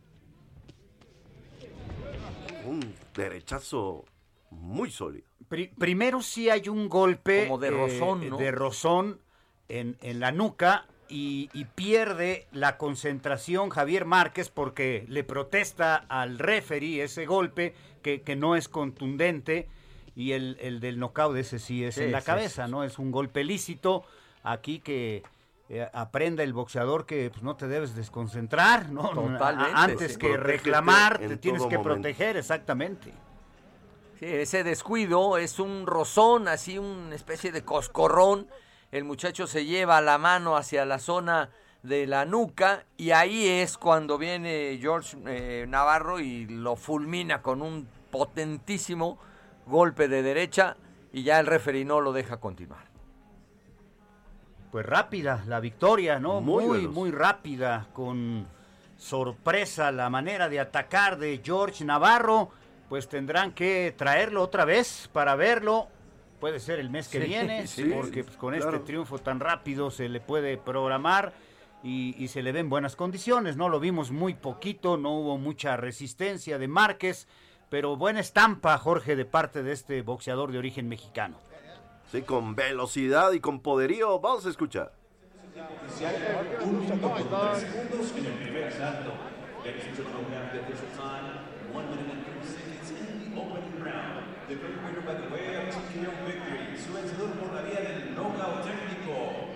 Un derechazo muy sólido. Pri- primero sí hay un golpe como de rozón, eh, ¿no? de rozón en, en la nuca y, y pierde la concentración Javier Márquez porque le protesta al referee ese golpe que, que no es contundente, y el, el del knockout ese sí es Sí, en la sí, cabeza, sí, ¿no? Es un golpe lícito. Aquí que eh, aprenda el boxeador que pues, no te debes desconcentrar, ¿no? Totalmente, A- Antes sí. que Protégete reclamar, en te tienes todo que momento. proteger, exactamente. Sí, ese descuido es un rozón, así una especie de coscorrón. El muchacho se lleva la mano hacia la zona de la nuca y ahí es cuando viene George eh, Navarro y lo fulmina con un potentísimo golpe de derecha y ya el referee no lo deja continuar. Pues rápida la victoria, ¿no? Muy Muy, veloz. muy rápida, con sorpresa la manera de atacar de George Navarro. Pues tendrán que traerlo otra vez para verlo. Puede ser el mes que Sí, viene, sí, porque pues, con claro. este triunfo tan rápido se le puede programar y, y se le ven buenas condiciones, ¿no? Lo vimos muy poquito, no hubo mucha resistencia de Márquez, pero buena estampa, Jorge, de parte de este boxeador de origen mexicano. Sí, con velocidad y con poderío. Vamos a escuchar. Un minuto con tres segundos en el primer asalto. Ladies and gentlemen, we have the official time. One minute and thirty seconds in the opening round. The first winner by the way of T K O victory. Su vencedor por la vía del knockout técnico,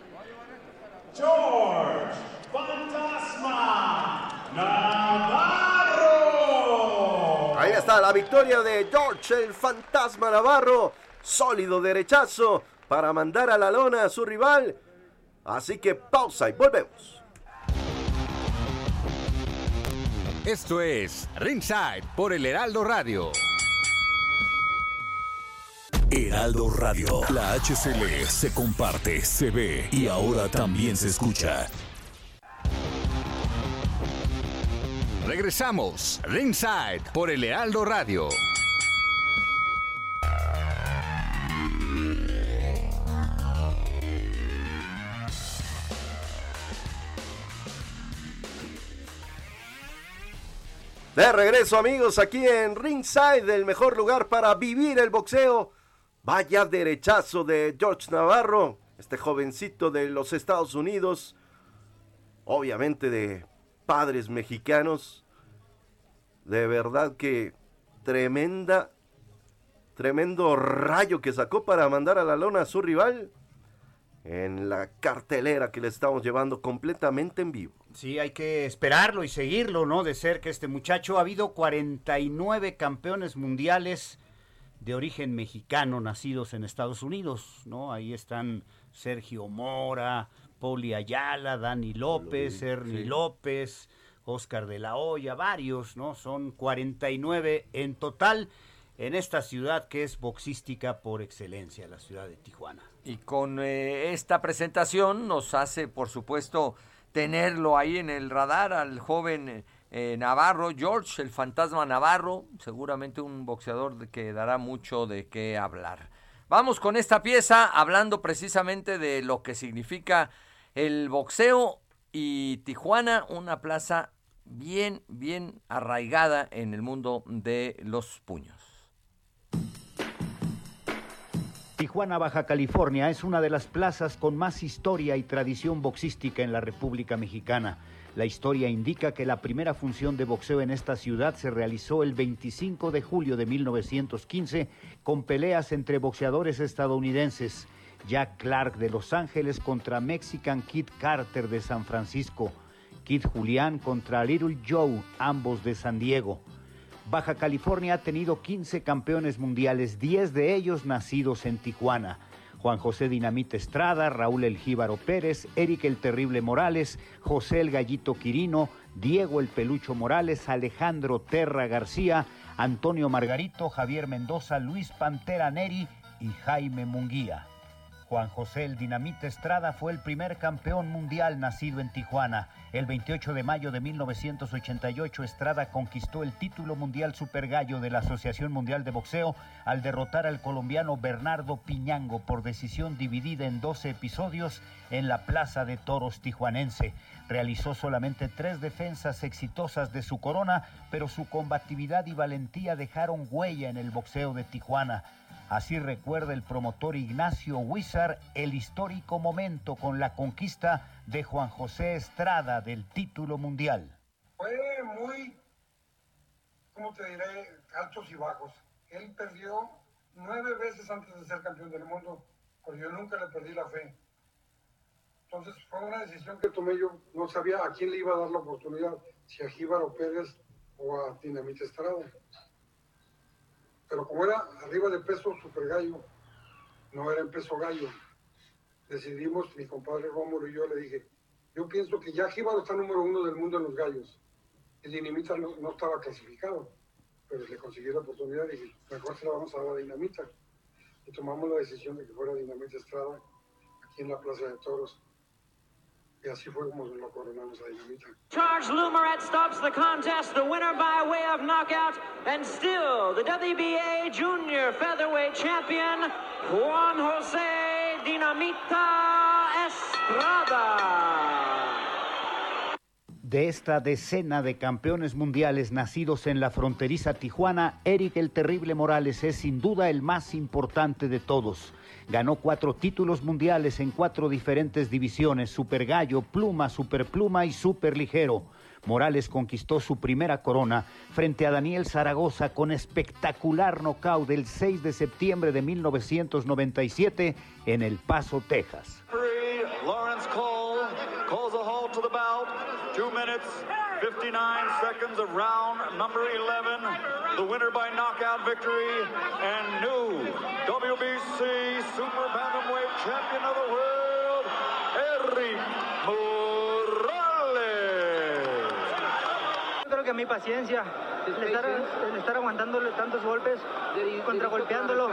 George Fantasma Navarro. Ahí está la victoria de George el Fantasma Navarro. Sólido derechazo para mandar a la lona a su rival. Así que pausa y volvemos. Esto es Ringside por el Heraldo Radio. Heraldo Radio. La H C L se comparte, se ve y ahora también se escucha. Regresamos, Ringside, por el Heraldo Radio. De regreso, amigos, aquí en Ringside, el mejor lugar para vivir el boxeo. Vaya derechazo de George Navarro, este jovencito de los Estados Unidos, obviamente de padres mexicanos. De verdad que tremenda, tremendo rayo que sacó para mandar a la lona a su rival en la cartelera que le estamos llevando completamente en vivo. Sí, hay que esperarlo y seguirlo, ¿no? De cerca este muchacho. Ha habido cuarenta y nueve campeones mundiales de origen mexicano nacidos en Estados Unidos, ¿no? Ahí están Sergio Mora, Poli Ayala, Dani López, Ernie sí. López, Oscar de la Hoya, varios, ¿no? Son cuarenta y nueve en total en esta ciudad que es boxística por excelencia, la ciudad de Tijuana. Y con eh, esta presentación nos hace, por supuesto, tenerlo ahí en el radar al joven eh, Navarro, George, el fantasma Navarro, seguramente un boxeador que dará mucho de qué hablar. Vamos con esta pieza, hablando precisamente de lo que significa el boxeo y Tijuana, una plaza bien, bien arraigada en el mundo de los puños. Tijuana, Baja California, es una de las plazas con más historia y tradición boxística en la República Mexicana. La historia indica que la primera función de boxeo en esta ciudad se realizó el veinticinco de julio de mil novecientos quince con peleas entre boxeadores estadounidenses. Jack Clark de Los Ángeles contra Mexican Kid Carter de San Francisco. Kid Julián contra Little Joe, ambos de San Diego. Baja California ha tenido quince campeones mundiales, diez de ellos nacidos en Tijuana. Juan José Dinamita Estrada, Raúl El Jíbaro Pérez, Eric El Terrible Morales, José El Gallito Quirino, Diego El Pelucho Morales, Alejandro Terra García, Antonio Margarito, Javier Mendoza, Luis Pantera Neri y Jaime Munguía. Juan José El Dinamita Estrada fue el primer campeón mundial nacido en Tijuana. El veintiocho de mayo de mil novecientos ochenta y ocho, Estrada conquistó el título mundial Super Gallo de la Asociación Mundial de Boxeo al derrotar al colombiano Bernardo Piñango por decisión dividida en doce episodios en la Plaza de Toros tijuanense. Realizó solamente tres defensas exitosas de su corona, pero su combatividad y valentía dejaron huella en el boxeo de Tijuana. Así recuerda el promotor Ignacio Huizar el histórico momento con la conquista de Juan José Estrada del título mundial. Fue muy, ¿cómo te diré?, altos y bajos. Él perdió nueve veces antes de ser campeón del mundo, pero yo nunca le perdí la fe. Entonces fue una decisión que tomé yo, no sabía a quién le iba a dar la oportunidad, si a Jíbaro Pérez o a Dinamita Estrada. Pero como era arriba de peso super gallo, no era en peso gallo, decidimos, mi compadre Rómulo y yo le dije, yo pienso que ya Jíbaro está número uno del mundo en los gallos. El Dinamita no, no estaba clasificado, pero le conseguí la oportunidad y dije, mejor se la vamos a dar a Dinamita. Y tomamos la decisión de que fuera Dinamita Estrada aquí en la Plaza de Toros. Y así fue como lo coronamos a Dinamita. Charles Lumaret stops the contest, the winner by way of knockout, and still the W B A Junior Featherweight Champion, Juan José Dinamita Estrada. De esta decena de campeones mundiales nacidos en la fronteriza Tijuana, Eric El Terrible Morales es sin duda el más importante de todos. Ganó cuatro títulos mundiales en cuatro diferentes divisiones, Super Gallo, Pluma, Super Pluma y Super Ligero. Morales conquistó su primera corona frente a Daniel Zaragoza con espectacular nocaut el seis de septiembre de mil novecientos noventa y siete en El Paso, Texas. Lawrence Cole calls a halt to the bout. Two minutes, fifty-nine seconds of round number eleven. The winner by knockout victory and new W B C Super Bantamweight Champion of the World, Eric Morales. que mi paciencia, el estar, el estar aguantándole tantos golpes, contragolpeándolo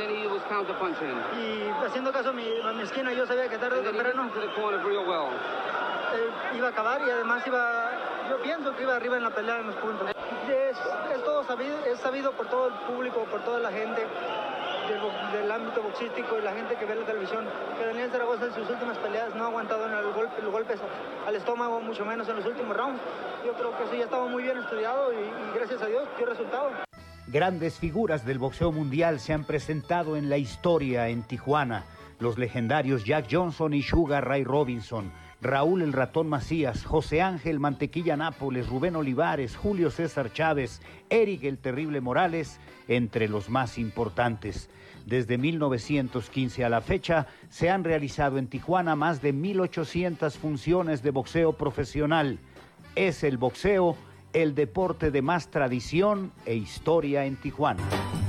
y haciendo caso a mi, a mi esquina. Yo sabía que tarde o temprano eh, iba a acabar y además iba, yo pienso que iba arriba en la pelea en los puntos. Es, es todo sabido, es sabido por todo el público, por toda la gente del, del ámbito boxístico y la gente que ve la televisión, que Daniel Zaragoza en sus últimas peleas no ha aguantado en el golpe, los golpes al estómago, mucho menos en los últimos rounds. Yo creo que sí, ya estaba muy bien estudiado y, y gracias a Dios dio resultado. Grandes figuras del boxeo mundial se han presentado en la historia en Tijuana. Los legendarios Jack Johnson y Sugar Ray Robinson, Raúl el Ratón Macías, José Ángel Mantequilla Nápoles, Rubén Olivares, Julio César Chávez, Eric el Terrible Morales, entre los más importantes. Desde mil novecientos quince a la fecha, se han realizado en Tijuana más de mil ochocientas funciones de boxeo profesional. Es el boxeo el deporte de más tradición e historia en Tijuana.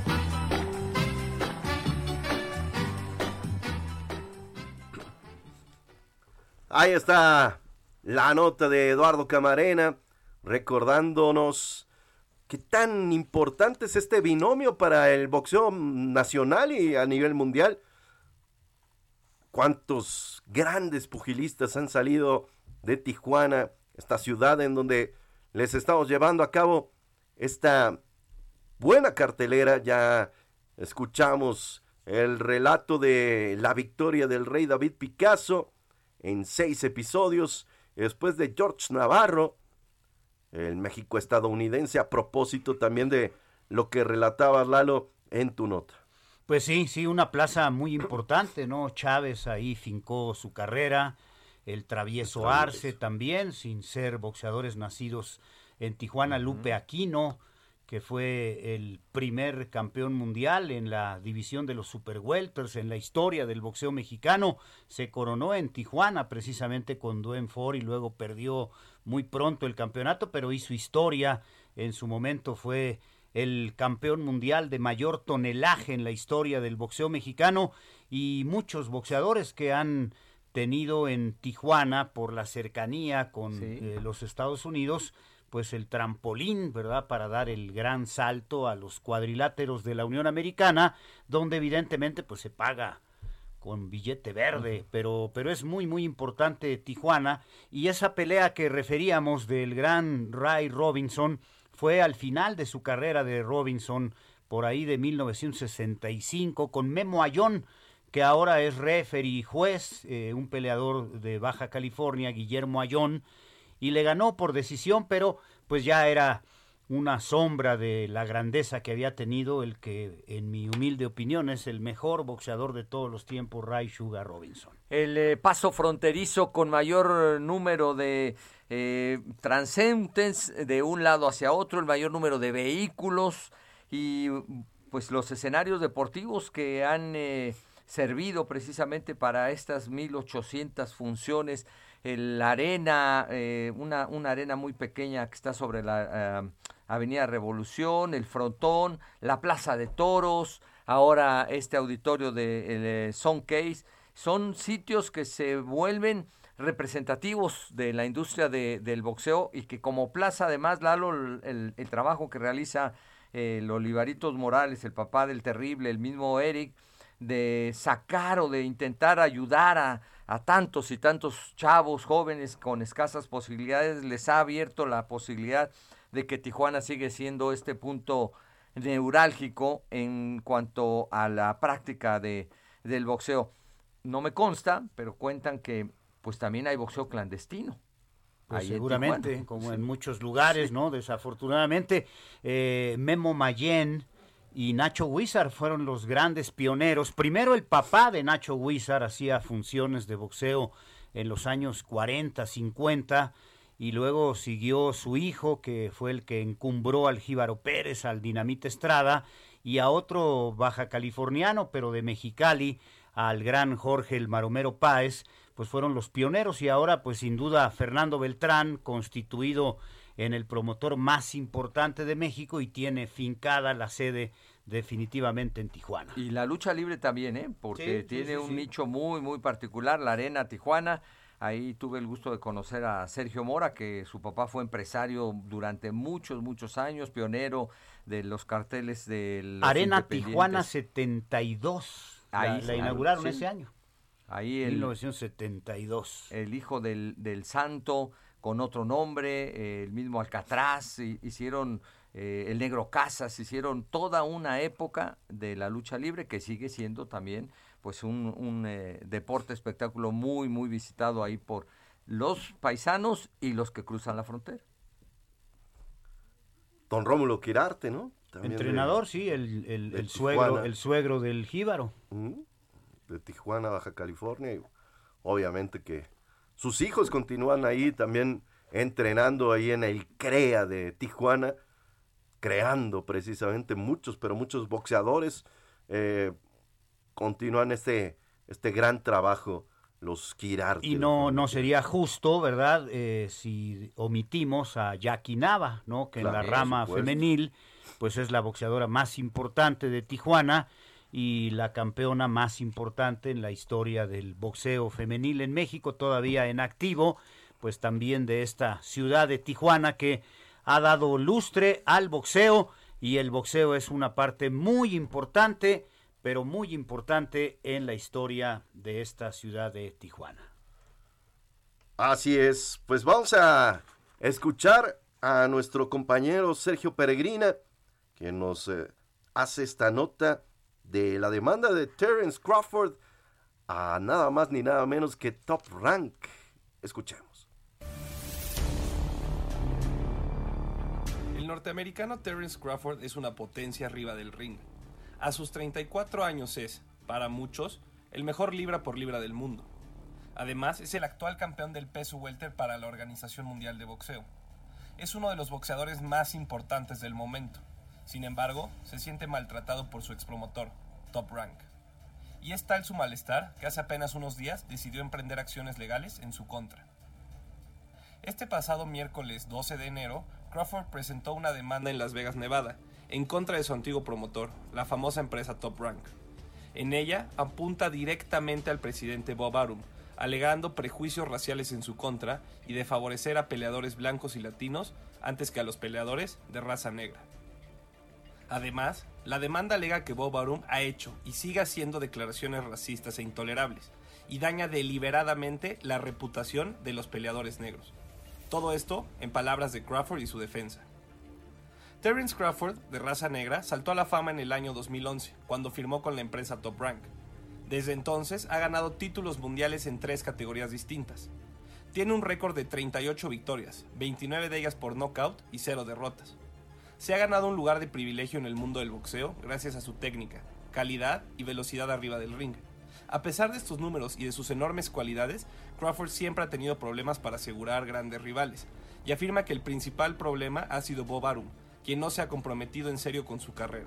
Ahí está la nota de Eduardo Camarena, recordándonos qué tan importante es este binomio para el boxeo nacional y a nivel mundial. Cuántos grandes pugilistas han salido de Tijuana, esta ciudad en donde les estamos llevando a cabo esta buena cartelera. Ya escuchamos el relato de la victoria del Rey David Picasso en seis episodios, después de George Navarro, el México estadounidense, a propósito también de lo que relatabas, Lalo, en tu nota. Pues sí, sí, una plaza muy importante, ¿no? Chávez ahí fincó su carrera, el Travieso Arce también, sin ser boxeadores nacidos en Tijuana, Lupe Aquino, que fue el primer campeón mundial en la división de los super welters en la historia del boxeo mexicano, se coronó en Tijuana precisamente con Duen Ford y luego perdió muy pronto el campeonato, pero hizo historia. En su momento fue el campeón mundial de mayor tonelaje en la historia del boxeo mexicano, y muchos boxeadores que han tenido en Tijuana por la cercanía con sí. eh, los Estados Unidos, pues el trampolín, ¿verdad?, para dar el gran salto a los cuadriláteros de la Unión Americana, donde evidentemente pues se paga con billete verde, uh-huh. pero, pero es muy, muy importante Tijuana, y esa pelea que referíamos del gran Ray Robinson fue al final de su carrera de Robinson, por ahí de mil novecientos sesenta y cinco, con Memo Ayón, que ahora es referee y juez, eh, un peleador de Baja California, Guillermo Ayón, y le ganó por decisión, pero pues ya era una sombra de la grandeza que había tenido el que, en mi humilde opinión, es el mejor boxeador de todos los tiempos, Ray Sugar Robinson. El eh, paso fronterizo con mayor número de eh, transeúntes de un lado hacia otro, el mayor número de vehículos y pues los escenarios deportivos que han eh, servido precisamente para estas mil ochocientas funciones. La arena, eh, una, una arena muy pequeña que está sobre la uh, Avenida Revolución, el Frontón, la Plaza de Toros, ahora este auditorio de el Suncase, son sitios que se vuelven representativos de la industria de, del boxeo y que como plaza además, Lalo, el, el, el trabajo que realiza eh, el Olivaritos Morales, el papá del Terrible, el mismo Eric, de sacar o de intentar ayudar a, a tantos y tantos chavos jóvenes con escasas posibilidades, les ha abierto la posibilidad de que Tijuana sigue siendo este punto neurálgico en cuanto a la práctica de, del boxeo. No me consta, pero cuentan que pues también hay boxeo clandestino. Pues seguramente, como sí. en muchos lugares, sí. ¿no? Desafortunadamente, eh, Memo Mayén y Nacho Huizar fueron los grandes pioneros. Primero el papá de Nacho Huizar hacía funciones de boxeo en los años cuarenta, cincuenta, y luego siguió su hijo, que fue el que encumbró al Jíbaro Pérez, al Dinamita Estrada, y a otro baja californiano, pero de Mexicali, al gran Jorge el Maromero Páez, pues fueron los pioneros, y ahora pues sin duda Fernando Beltrán, constituido en el promotor más importante de México y tiene fincada la sede definitivamente en Tijuana. Y la lucha libre también, ¿eh? Porque sí, tiene sí, sí, un sí. nicho muy, muy particular, la Arena Tijuana. Ahí tuve el gusto de conocer a Sergio Mora, que su papá fue empresario durante muchos, muchos años, pionero de los carteles de los Arena Tijuana setenta y dos. Ahí la, la inauguraron sí. ese año. Ahí el, mil novecientos setenta y dos. El hijo del, del santo, con otro nombre, eh, el mismo Alcatraz, hicieron eh, el Negro Casas, hicieron toda una época de la lucha libre que sigue siendo también pues un, un eh, deporte, espectáculo muy, muy visitado ahí por los paisanos y los que cruzan la frontera. Don Rómulo Quirarte, ¿no? También Entrenador, de, sí, el, el, de el suegro, el suegro del Jíbaro. De Tijuana, Baja California. Y obviamente que sus hijos continúan ahí también entrenando ahí en el CREA de Tijuana, creando precisamente muchos, pero muchos boxeadores. Eh, continúan este, este gran trabajo, los Quirarte. Y no, no sería justo, ¿verdad?, eh, si omitimos a Jackie Nava, ¿no?, que claro, en la rama femenil, pues es la boxeadora más importante de Tijuana y la campeona más importante en la historia del boxeo femenil en México, todavía en activo, pues también de esta ciudad de Tijuana que ha dado lustre al boxeo, y el boxeo es una parte muy importante, pero muy importante en la historia de esta ciudad de Tijuana. Así es, pues vamos a escuchar a nuestro compañero Sergio Peregrina, que nos eh, hace esta nota de la demanda de Terence Crawford a nada más ni nada menos que Top Rank. Escuchemos. El norteamericano Terence Crawford es una potencia arriba del ring. A sus treinta y cuatro años es, para muchos, el mejor libra por libra del mundo. Además, es el actual campeón del peso welter para la Organización Mundial de Boxeo. Es uno de los boxeadores más importantes del momento. Sin embargo, se siente maltratado por su expromotor, Top Rank. Y es tal su malestar que hace apenas unos días decidió emprender acciones legales en su contra. Este pasado miércoles doce de enero, Crawford presentó una demanda en Las Vegas, Nevada, en contra de su antiguo promotor, la famosa empresa Top Rank. En ella apunta directamente al presidente Bob Arum, alegando prejuicios raciales en su contra y de favorecer a peleadores blancos y latinos antes que a los peleadores de raza negra. Además, la demanda alega que Bob Arum ha hecho y sigue haciendo declaraciones racistas e intolerables y daña deliberadamente la reputación de los peleadores negros. Todo esto en palabras de Crawford y su defensa. Terence Crawford, de raza negra, saltó a la fama en el año dos mil once, cuando firmó con la empresa Top Rank. Desde entonces ha ganado títulos mundiales en tres categorías distintas. Tiene un récord de treinta y ocho victorias, veintinueve de ellas por nocaut y cero derrotas. Se ha ganado un lugar de privilegio en el mundo del boxeo gracias a su técnica, calidad y velocidad arriba del ring. A pesar de estos números y de sus enormes cualidades, Crawford siempre ha tenido problemas para asegurar grandes rivales, y afirma que el principal problema ha sido Bob Arum, quien no se ha comprometido en serio con su carrera.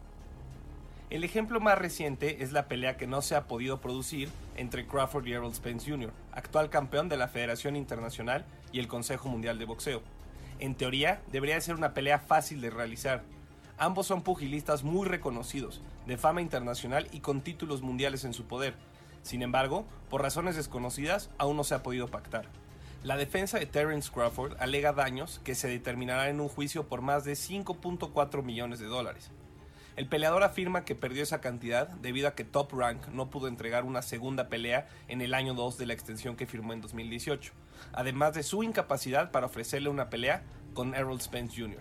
El ejemplo más reciente es la pelea que no se ha podido producir entre Crawford y Errol Spence junior, actual campeón de la Federación Internacional y el Consejo Mundial de Boxeo. En teoría, debería ser una pelea fácil de realizar. Ambos son pugilistas muy reconocidos, de fama internacional y con títulos mundiales en su poder. Sin embargo, por razones desconocidas, aún no se ha podido pactar. La defensa de Terence Crawford alega daños que se determinarán en un juicio por más de cinco punto cuatro millones de dólares. El peleador afirma que perdió esa cantidad debido a que Top Rank no pudo entregar una segunda pelea en el año dos de la extensión que firmó en dos mil dieciocho, además de su incapacidad para ofrecerle una pelea con Errol Spence junior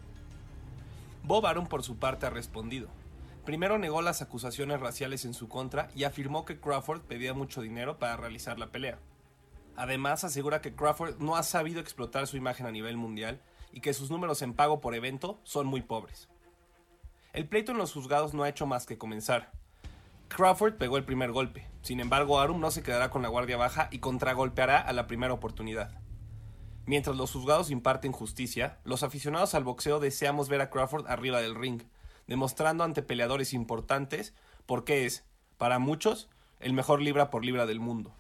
Bob Arum, por su parte, ha respondido. Primero negó las acusaciones raciales en su contra y afirmó que Crawford pedía mucho dinero para realizar la pelea. Además, asegura que Crawford no ha sabido explotar su imagen a nivel mundial y que sus números en pago por evento son muy pobres. El pleito en los juzgados no ha hecho más que comenzar. Crawford pegó el primer golpe, sin embargo Arum no se quedará con la guardia baja y contragolpeará a la primera oportunidad. Mientras los juzgados imparten justicia, los aficionados al boxeo deseamos ver a Crawford arriba del ring, demostrando ante peleadores importantes por qué es, para muchos, el mejor libra por libra del mundo.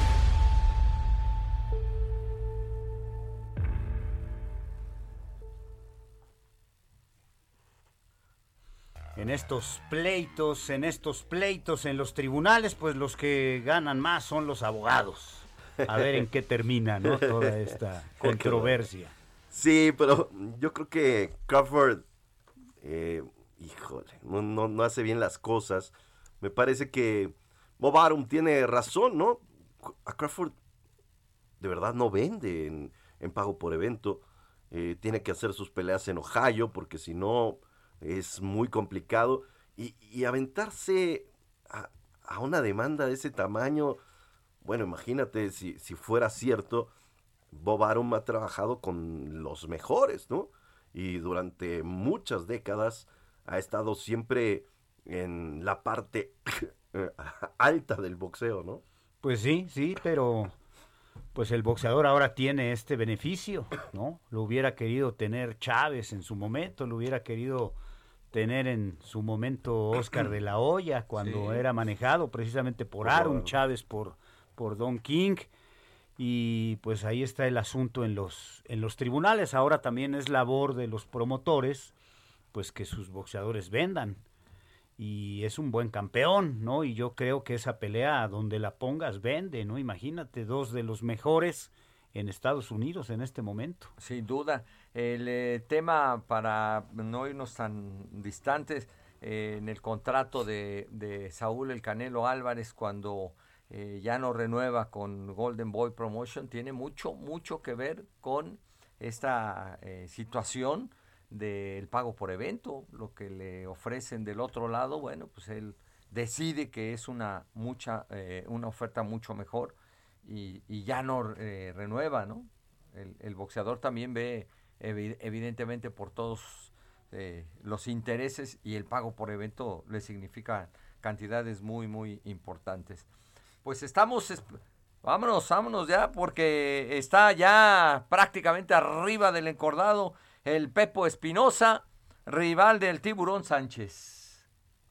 En estos pleitos, en estos pleitos en los tribunales, pues los que ganan más son los abogados. a ver en qué termina, ¿no? Toda esta controversia. Sí, pero yo creo que Crawford, eh, híjole, no, no, no hace bien las cosas. Me parece que Bob Arum tiene razón, ¿no? A Crawford de verdad no vende en, en pago por evento. Eh, tiene que hacer sus peleas en Ohio porque si no es muy complicado. Y, y aventarse a, a una demanda de ese tamaño, bueno, imagínate si, si fuera cierto, Bob Arum ha trabajado con los mejores, ¿no? Y durante muchas décadas ha estado siempre en la parte alta del boxeo, ¿no? Pues sí, sí, pero pues el boxeador ahora tiene este beneficio, ¿no? Lo hubiera querido tener Chávez en su momento, lo hubiera querido tener en su momento Oscar de la Hoya, cuando sí. era manejado precisamente por Arum, Chávez por, por Don King, y pues ahí está el asunto en los, en los tribunales. Ahora también es labor de los promotores, pues que sus boxeadores vendan, y es un buen campeón, ¿no? Y yo creo que esa pelea, donde la pongas, vende, ¿no? Imagínate, dos de los mejores en Estados Unidos en este momento. Sin duda. El eh, tema, para no irnos tan distantes, eh, en el contrato de, de Saúl El Canelo Álvarez, cuando eh, ya no renueva con Golden Boy Promotion, tiene mucho, mucho que ver con esta eh, situación del pago por evento, lo que le ofrecen del otro lado. Bueno, pues él decide que es una mucha eh, una oferta mucho mejor y, y ya no eh, renueva, ¿no? El, el boxeador también ve evi- evidentemente por todos eh, los intereses, y el pago por evento le significa cantidades muy muy importantes. Pues estamos, esp- vámonos, vámonos ya, porque está ya prácticamente arriba del encordado el Pepo Espinosa, rival del Tiburón Sánchez.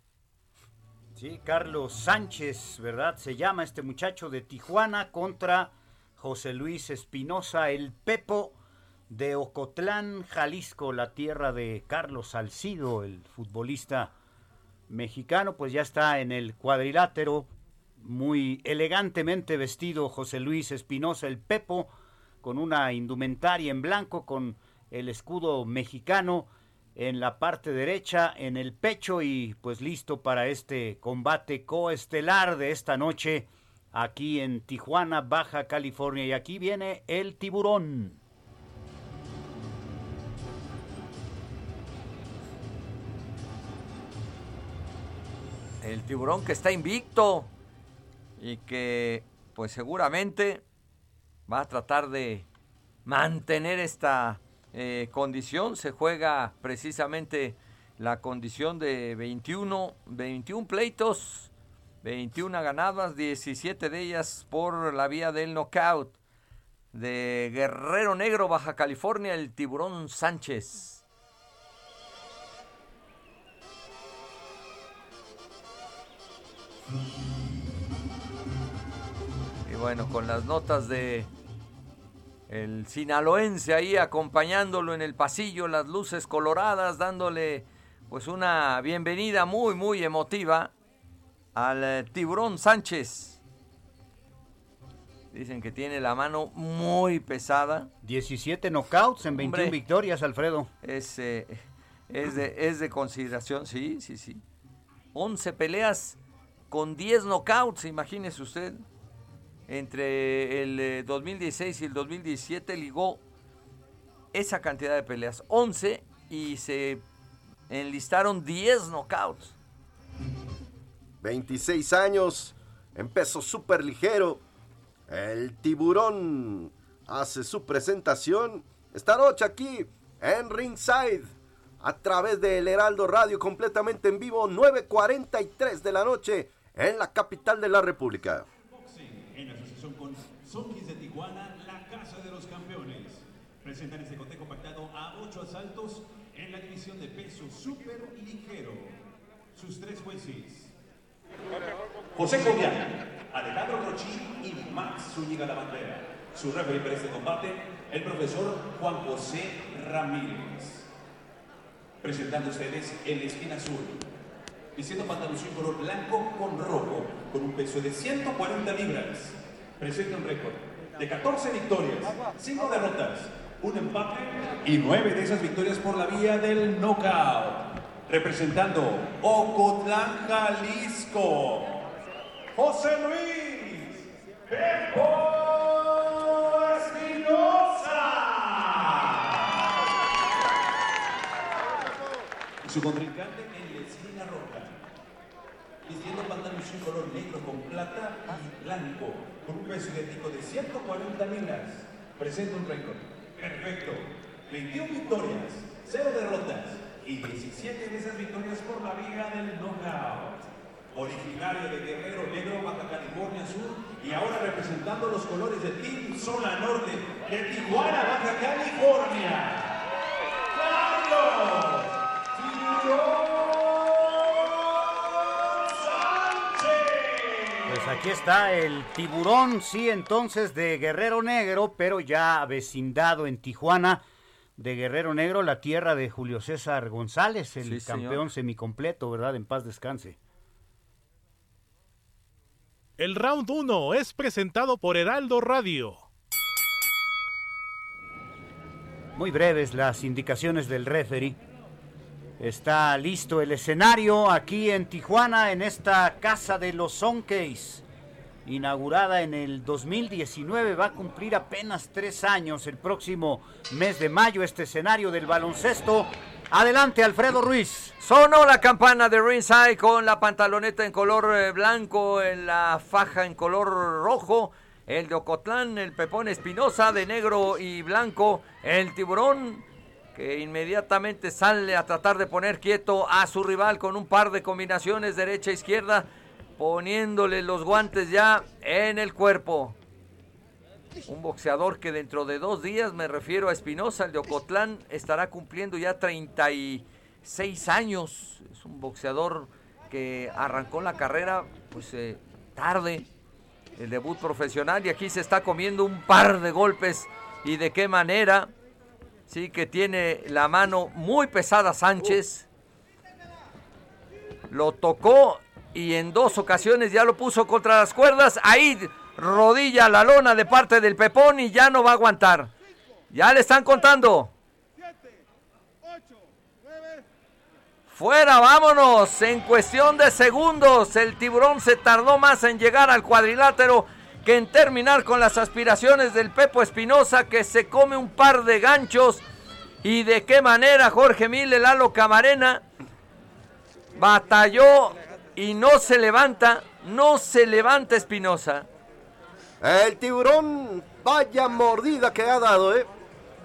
Sí, Carlos Sánchez, ¿verdad? Se llama este muchacho de Tijuana, contra José Luis Espinosa, el Pepo de Ocotlán, Jalisco, la tierra de Carlos Salcido, el futbolista mexicano. Pues ya está en el cuadrilátero, muy elegantemente vestido José Luis Espinosa, el Pepo, con una indumentaria en blanco, con el escudo mexicano en la parte derecha, en el pecho, y pues listo para este combate coestelar de esta noche aquí en Tijuana, Baja California. Y aquí viene el Tiburón. El Tiburón que está invicto y que pues seguramente va a tratar de mantener esta Eh, condición. Se juega precisamente la condición de veintiuno, veintiún pleitos, veintiuna ganadas, diecisiete de ellas por la vía del knockout. De Guerrero Negro, Baja California, el Tiburón Sánchez. Y bueno, con las notas de el sinaloense ahí acompañándolo en el pasillo, las luces coloradas, dándole pues una bienvenida muy, muy emotiva al eh, Tiburón Sánchez. Dicen que tiene la mano muy pesada. diecisiete knockouts en veintiuna Hombre, victorias, Alfredo. Es, eh, es, de, es de consideración, sí, sí, sí. once peleas con diez knockouts, imagínese usted. Entre el eh, dos mil dieciséis y el dos mil diecisiete ligó esa cantidad de peleas, once, y se enlistaron diez knockouts. veintiséis años, en peso súper ligero. El Tiburón hace su presentación esta noche aquí en Ringside, a través del Heraldo Radio, completamente en vivo, nueve cuarenta y tres de la noche en la capital de la República. En asociación con Zonkis de Tijuana, la casa de los campeones, presentan este cotejo pactado a ocho asaltos en la división de peso súper ligero. Sus tres jueces: José Cobian, Alejandro Rochín y Max Zúñiga La Bandera. Su referee para este combate, el profesor Juan José Ramírez. Presentando ustedes en la esquina azul, vistiendo pantalón color blanco con rojo, con un peso de ciento cuarenta libras. Presenta un récord de catorce victorias, cinco derrotas, un empate y nueve de esas victorias por la vía del knockout. Representando Ocotlán, Jalisco, José Luis Pepo Espinosa. Y su contrincante en la esquina roja, vistiendo pantalones en color negro con plata y blanco, con un peso idéntico de ciento cuarenta libras, presenta un récord perfecto, veintiuna victorias, cero derrotas y diecisiete de esas victorias por la vía del knockout. Originario de Guerrero Negro, Baja California Sur, y ahora representando los colores de Team Zona Norte de Tijuana, Baja California, Carlos Pues aquí está el Tiburón, sí, entonces de Guerrero Negro, pero ya vecindado en Tijuana, de Guerrero Negro, la tierra de Julio César González, el Sí, campeón señor. semicompleto, ¿verdad? En paz descanse. El round uno es presentado por Heraldo Radio. Muy breves las indicaciones del referee. Está listo el escenario aquí en Tijuana, en esta casa de los Sonkeys, inaugurada en el dos mil diecinueve, va a cumplir apenas tres años el próximo mes de mayo, este escenario del baloncesto. Adelante, Alfredo Ruiz. Sonó la campana de Ringside con la pantaloneta en color eh, blanco, en la faja en color rojo, el de Ocotlán, el Pepón Espinosa de negro y blanco, el Tiburón, que inmediatamente sale a tratar de poner quieto a su rival con un par de combinaciones derecha-izquierda, poniéndole los guantes ya en el cuerpo. Un boxeador que dentro de dos días, me refiero a Espinosa, el de Ocotlán, estará cumpliendo ya treinta y seis años. Es un boxeador que arrancó la carrera pues eh, tarde, el debut profesional, y aquí se está comiendo un par de golpes, y de qué manera. Sí, que tiene la mano muy pesada Sánchez. Lo tocó y en dos ocasiones ya lo puso contra las cuerdas. Ahí rodilla a la lona de parte del Pepón y ya no va a aguantar. Ya le están contando. Fuera, vámonos. En cuestión de segundos, el Tiburón se tardó más en llegar al cuadrilátero que en terminar con las aspiraciones del Pepo Espinosa, que se come un par de ganchos. Y de qué manera Jorge Mille, Lalo Camarena, batalló y no se levanta, no se levanta Espinosa. El Tiburón, vaya mordida que ha dado, ¿eh?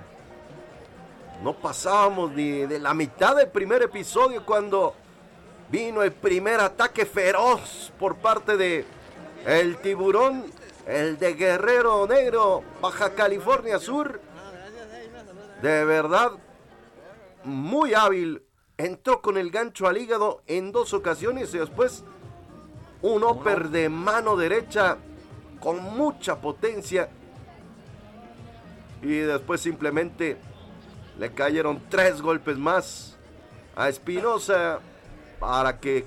No pasábamos ni de la mitad del primer episodio cuando vino el primer ataque feroz por parte de el Tiburón, el de Guerrero Negro, Baja California Sur. De verdad, muy hábil. Entró con el gancho al hígado en dos ocasiones y después un upper de mano derecha con mucha potencia. Y después simplemente le cayeron tres golpes más a Espinosa para que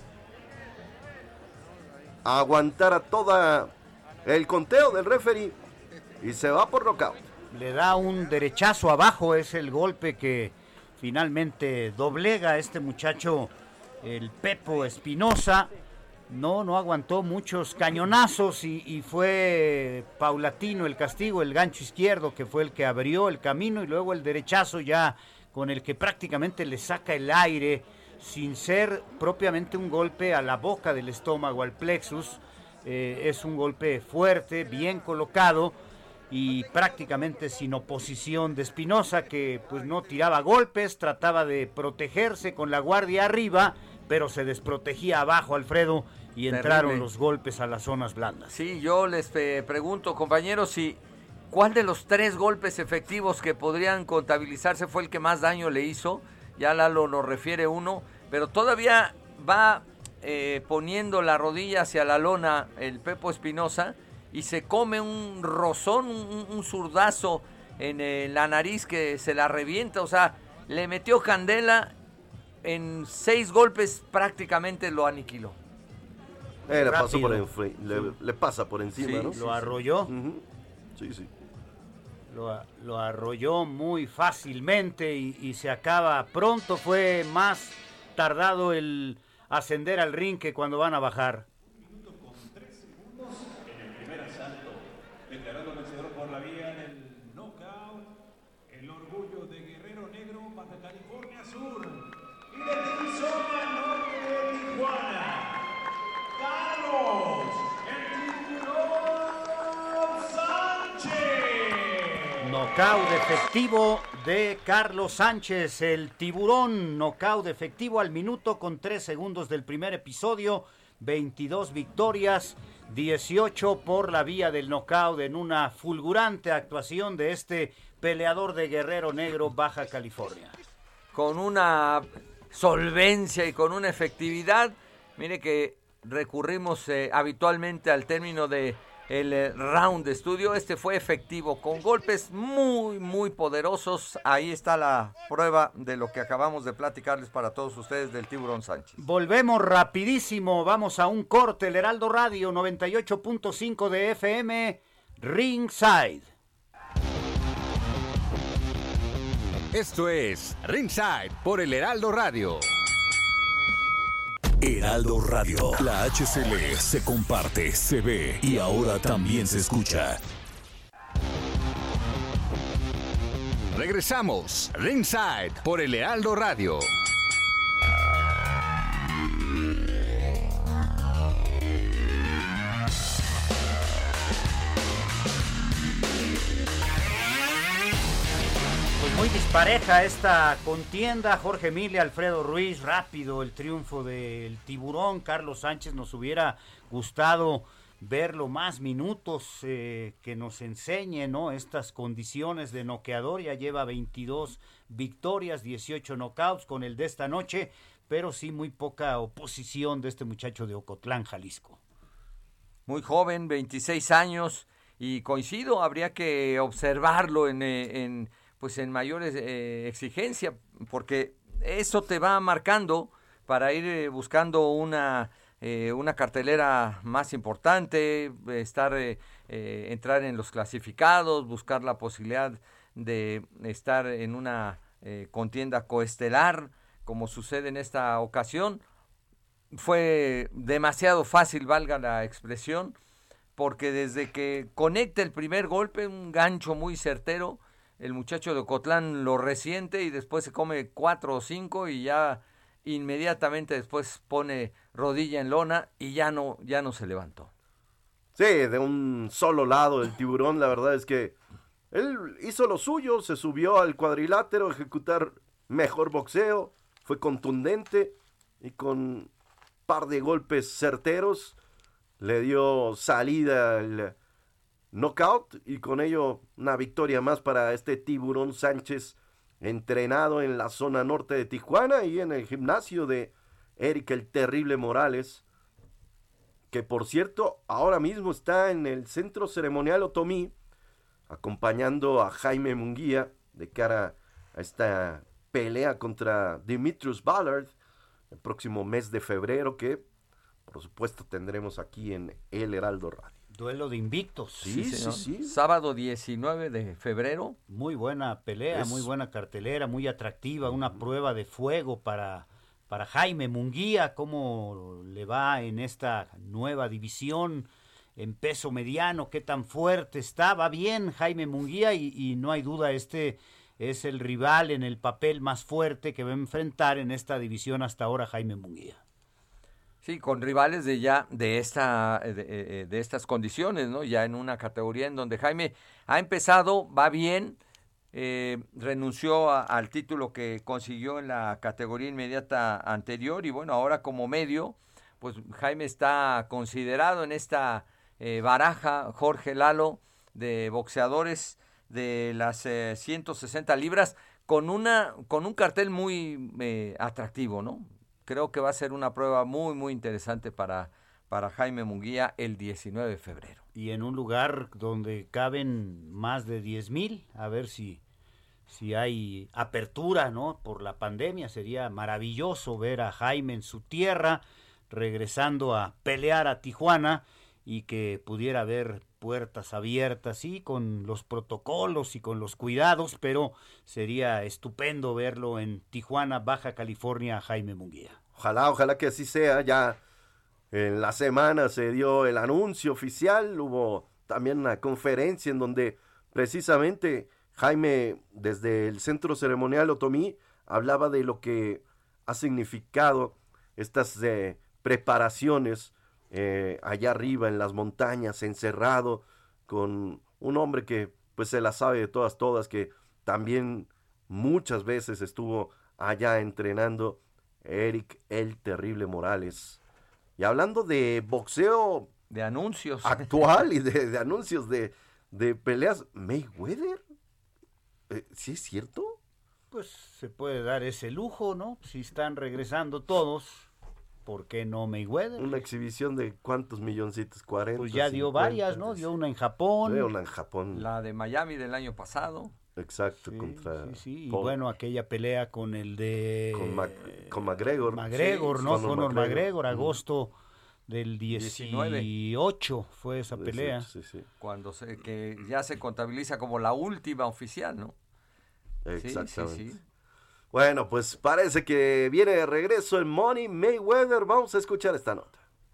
aguantara todo el conteo del referee y se va por nocaut. Le da un derechazo abajo, es el golpe que finalmente doblega a este muchacho, el Pepo Espinosa. No, no aguantó muchos cañonazos y, y fue paulatino el castigo, el gancho izquierdo que fue el que abrió el camino y luego el derechazo ya con el que prácticamente le saca el aire sin ser propiamente un golpe a la boca del estómago, al plexus. Eh, es un golpe fuerte, bien colocado y prácticamente sin oposición de Espinosa, que pues no tiraba golpes, trataba de protegerse con la guardia arriba, pero se desprotegía abajo, Alfredo, y entraron Terrible. los golpes a las zonas blandas. Sí, yo les eh, pregunto, compañeros, si ¿cuál de los tres golpes efectivos que podrían contabilizarse fue el que más daño le hizo? Ya Lalo nos refiere uno, pero todavía va eh, poniendo la rodilla hacia la lona el Pepo Espinosa y se come un rozón, un, un zurdazo en eh, la nariz que se la revienta, o sea, le metió candela, en seis golpes prácticamente lo aniquiló. Eh, le, pasó por enf- le, le pasa por encima, Sí, ¿no? lo arrolló. Uh-huh. Sí, sí. Lo, lo arrolló muy fácilmente y, y se acaba pronto. Fue más tardado el ascender al ring que cuando van a bajar. Minuto con tres segundos en el primer asalto. Declarado vencedor por la vía en el knockout, el orgullo de Guerrero Negro, Baja California Sur. Y de zona norte de Tijuana, Carlos, el Tiburón Sánchez. Nocaut efectivo de Carlos Sánchez, el Tiburón. Nocaut efectivo al minuto con tres segundos del primer episodio. veintidós victorias, dieciocho por la vía del nocaut en una fulgurante actuación de este peleador de Guerrero Negro, Baja California. Con una solvencia y con una efectividad, mire que recurrimos eh, habitualmente al término de el eh, round de estudio. Este fue efectivo, con golpes muy, muy poderosos. Ahí está la prueba de lo que acabamos de platicarles para todos ustedes del Tiburón Sánchez. Volvemos rapidísimo, vamos a un corte. El Heraldo Radio noventa y ocho punto cinco de F M, Ringside. Esto es Ringside por el Heraldo Radio. Heraldo Radio, la H C L se comparte, se ve y ahora también se escucha. Regresamos, Ringside por el Heraldo Radio. Muy dispareja esta contienda. Jorge Emilio, Alfredo Ruiz, rápido el triunfo del Tiburón. Carlos Sánchez, nos hubiera gustado verlo más minutos, eh, que nos enseñe, ¿no?, estas condiciones de noqueador. Ya lleva veintidós victorias, dieciocho knockouts con el de esta noche, pero sí muy poca oposición de este muchacho de Ocotlán, Jalisco. Muy joven, veintiséis años, y coincido, habría que observarlo en... en pues en mayores eh, exigencia, porque eso te va marcando para ir eh, buscando una eh, una cartelera más importante, estar eh, eh, entrar en los clasificados, buscar la posibilidad de estar en una eh, contienda coestelar, como sucede en esta ocasión. Fue demasiado fácil, valga la expresión, porque desde que conecta el primer golpe, un gancho muy certero, el muchacho de Ocotlán lo resiente y después se come cuatro o cinco y ya inmediatamente después pone rodilla en lona y ya no, ya no se levantó. Sí, de un solo lado el Tiburón, la verdad es que él hizo lo suyo, se subió al cuadrilátero a ejecutar mejor boxeo, fue contundente y con un par de golpes certeros le dio salida al knockout y con ello una victoria más para este Tiburón Sánchez, entrenado en la zona norte de Tijuana y en el gimnasio de Eric el Terrible Morales, que por cierto ahora mismo está en el centro ceremonial Otomí acompañando a Jaime Munguía de cara a esta pelea contra Demetrius Ballard el próximo mes de febrero, que por supuesto tendremos aquí en El Heraldo Radio. Duelo de invictos. Sí, sí, sí, sí. Sábado diecinueve de febrero. Muy buena pelea, es... muy buena cartelera, muy atractiva, una prueba de fuego para, para Jaime Munguía, cómo le va en esta nueva división en peso mediano, qué tan fuerte está. Va bien Jaime Munguía y, y no hay duda, este es el rival en el papel más fuerte que va a enfrentar en esta división hasta ahora Jaime Munguía. Sí, con rivales de ya de esta de, de estas condiciones, ¿no? Ya en una categoría en donde Jaime ha empezado, va bien, eh, renunció a, al título que consiguió en la categoría inmediata anterior y bueno, ahora como medio, pues Jaime está considerado en esta eh, baraja, Jorge Lalo, de boxeadores de las eh, ciento sesenta libras, con una con un cartel muy eh, atractivo, ¿no? Creo que va a ser una prueba muy, muy interesante para, para Jaime Munguía el diecinueve de febrero. Y en un lugar donde caben más de diez mil, a ver si, si hay apertura, ¿no? Por la pandemia, sería maravilloso ver a Jaime en su tierra, regresando a pelear a Tijuana. y que pudiera haber puertas abiertas, sí, con los protocolos y con los cuidados, pero sería estupendo verlo en Tijuana, Baja California, Jaime Munguía. Ojalá, ojalá que así sea. Ya en la semana se dio el anuncio oficial, hubo también una conferencia en donde precisamente Jaime, desde el Centro Ceremonial Otomí, hablaba de lo que ha significado estas eh, preparaciones eh, allá arriba en las montañas, encerrado con un hombre que pues se la sabe de todas, todas, que también muchas veces estuvo allá entrenando, Eric el Terrible Morales. Y hablando de boxeo, de anuncios actual y de, de anuncios de, de peleas, Mayweather, eh, ¿sí es cierto? Pues se puede dar ese lujo, ¿no? Si están regresando todos, ¿por qué no Mayweather? Una exhibición de cuántos milloncitos, cuarenta. Pues ya dio cincuenta, varias, ¿no? Dio una en Japón. Dio una en Japón. La de Miami del año pasado. Exacto, sí, contra... Sí, sí, y Paul. bueno, aquella pelea con el de... Con, Mac, con McGregor. McGregor, sí, ¿no? Conor Conor McGregor, McGregor, agosto del dieciocho fue esa pelea. dieciocho, sí, sí. Cuando se, que ya se contabiliza como la última oficial, ¿no? Exactamente. Sí, sí, sí. Bueno, pues parece que viene de regreso el Money Mayweather. Vamos a escuchar esta nota.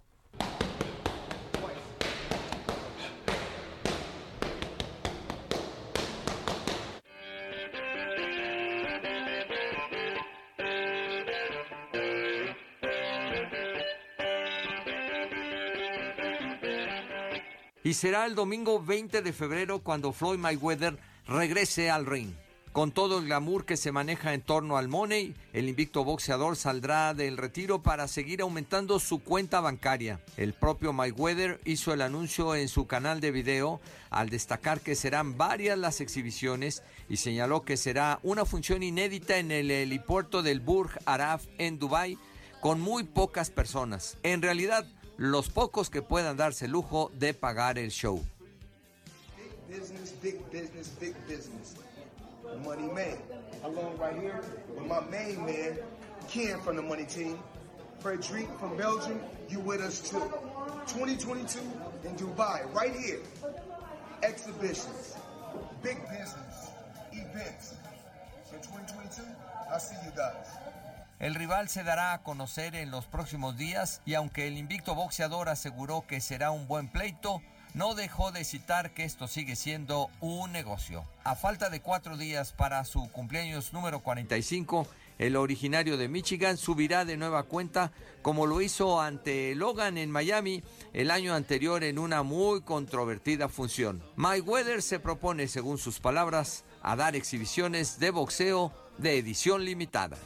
Y será el domingo veinte de febrero cuando Floyd Mayweather regrese al ring. Con todo el glamour que se maneja en torno al money, el invicto boxeador saldrá del retiro para seguir aumentando su cuenta bancaria. El propio Mayweather hizo el anuncio en su canal de video al destacar que serán varias las exhibiciones y señaló que será una función inédita en el helipuerto del Burj Arab en Dubái con muy pocas personas. En realidad, los pocos que puedan darse el lujo de pagar el show. Big business, big business, big business. Money Man. Along right here with my main man, Ken from the Money Team. Frederic from Belgium, you with us too. twenty twenty-two in Dubai, right here. Exhibitions, big business, events. So twenty twenty-two, I'll see you guys. El rival se dará a conocer en los próximos días y aunque el invicto boxeador aseguró que será un buen pleito, no dejó de citar que esto sigue siendo un negocio. A falta de cuatro días para su cumpleaños número cuarenta y cinco, el originario de Michigan subirá de nueva cuenta como lo hizo ante Logan en Miami el año anterior en una muy controvertida función. Mayweather se propone, según sus palabras, a dar exhibiciones de boxeo de edición limitada.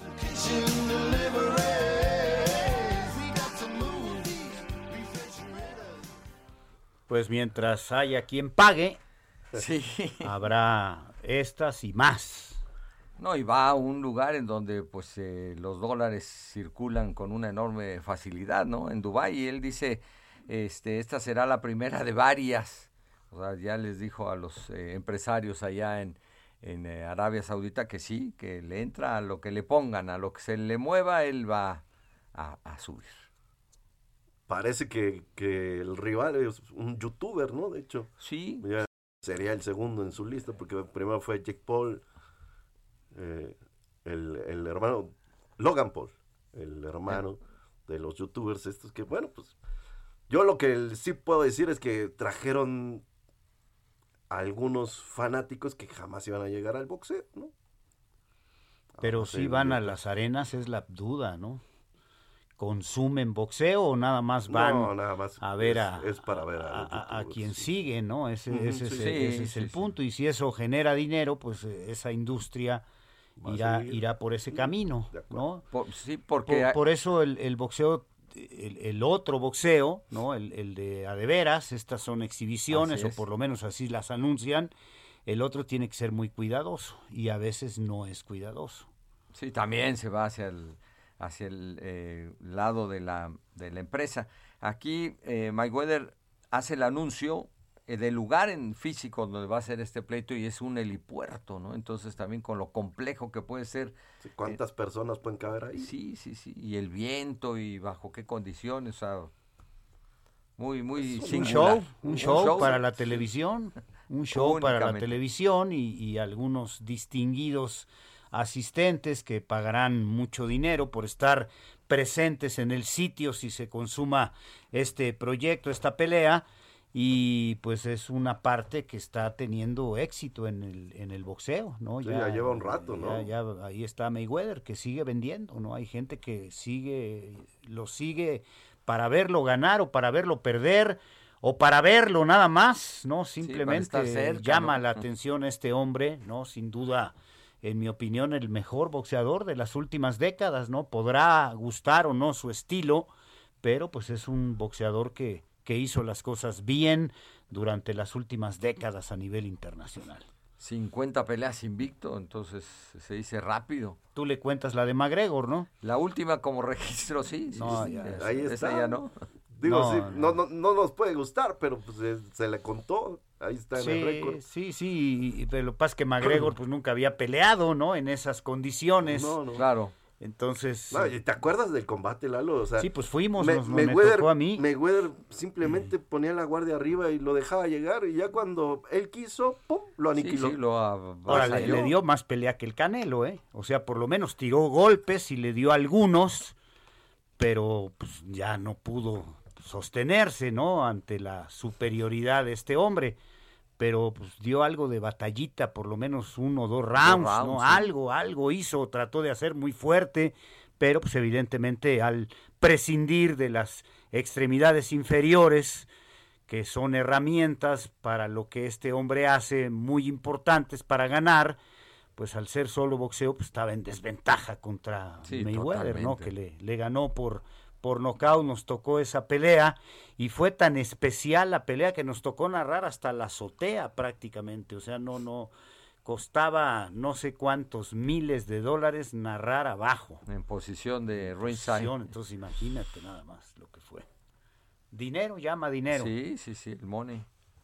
Pues mientras haya quien pague, sí, habrá estas y más. No, y va a un lugar en donde pues eh, los dólares circulan con una enorme facilidad, ¿no? En Dubái, y él dice, este, esta será la primera de varias. O sea, ya les dijo a los eh, empresarios allá en, en eh, Arabia Saudita que sí, que le entra a lo que le pongan, a lo que se le mueva, él va a, a subir. Parece que, que el rival es un youtuber, ¿no? De hecho. Sí. Ya sería el segundo en su lista, porque primero fue Jake Paul, eh, el, el hermano, Logan Paul, el hermano de los youtubers estos que, bueno, pues, yo lo que sí puedo decir es que trajeron a algunos fanáticos que jamás iban a llegar al boxeo, ¿no? Pero si van a las arenas es la duda, ¿no? ¿Consumen boxeo o nada más van no, nada más a ver es, a, es para ver a, a, a, a quien sí. sigue, ¿no? Ese, Uh-huh, ese, sí, es, sí, ese es sí, el sí. punto. Y si eso genera dinero, pues esa industria irá, irá por ese camino, ¿no? Por, sí, porque... Por, por eso el, el boxeo, el, el otro boxeo, ¿no? El, el de a de veras, estas son exhibiciones, o por lo menos así las anuncian. El otro tiene que ser muy cuidadoso y a veces no es cuidadoso. Sí, también se va hacia el... hacia el eh, lado de la, de la empresa. Aquí eh, Mayweather hace el anuncio eh, del lugar en físico donde va a ser este pleito y es un helipuerto, ¿no? Entonces también con lo complejo que puede ser. Sí, ¿cuántas eh, personas pueden caber ahí? Sí, sí, sí. Y el viento y bajo qué condiciones. O sea, muy, muy un singular. show, un, un show, show para la televisión, un show para la Únicamente. televisión y, y algunos distinguidos asistentes que pagarán mucho dinero por estar presentes en el sitio si se consuma este proyecto, esta pelea, y pues es una parte que está teniendo éxito en el en el boxeo, ¿no? Sí, ya lleva un rato, ¿no? Ya, ya ahí está Mayweather, que sigue vendiendo, ¿no? Hay gente que sigue, lo sigue para verlo ganar o para verlo perder o para verlo nada más, ¿no? Simplemente estar cerca, llama ¿no? la atención este hombre, ¿no? Sin duda, en mi opinión, el mejor boxeador de las últimas décadas, ¿no? Podrá gustar o no su estilo, pero pues es un boxeador que, que hizo las cosas bien durante las últimas décadas a nivel internacional. cincuenta peleas invicto, entonces se dice rápido. Tú le cuentas la de McGregor, ¿no? La última como registro, sí. No, sí, ya, esa- Ahí esa está. ya no. Digo, No, sí, no. no, no, no nos puede gustar, pero pues se, se le contó. Ahí está en el récord. Sí, sí, sí, y- pero lo que pasa es que McGregor pues nunca había peleado, ¿no? En esas condiciones. No, no. Claro. Entonces, No, ¿y ¿te acuerdas del combate, Lalo? O sea, sí, pues fuimos, me- nos, nos- me Mayweather, tocó a mí. Mayweather simplemente ponía la guardia arriba y lo dejaba llegar, y ya cuando él quiso, ¡pum!, lo Sí, aniquiló. sí, lo Ahora, le, avasalló. le dio más pelea que el Canelo, ¿eh? O sea, por lo menos tiró golpes y le dio algunos, pero pues ya no pudo sostenerse, ¿no? Ante la superioridad de este hombre. Pero pues dio algo de batallita, por lo menos uno o dos rounds, rounds, ¿no? sí. Algo, algo hizo, trató de hacer muy fuerte, pero pues evidentemente al prescindir de las extremidades inferiores, que son herramientas para lo que este hombre hace muy importantes para ganar, pues al ser solo boxeo, pues estaba en desventaja contra Sí, Mayweather, ¿no? totalmente. Que le, le ganó por, por nocaut, nos tocó esa pelea, y fue tan especial la pelea que nos tocó narrar hasta la azotea prácticamente, o sea, no, no, costaba no sé cuántos miles de dólares narrar abajo. En posición de ringside. Entonces imagínate nada más lo que fue. Dinero llama dinero. Sí, sí, sí, el money.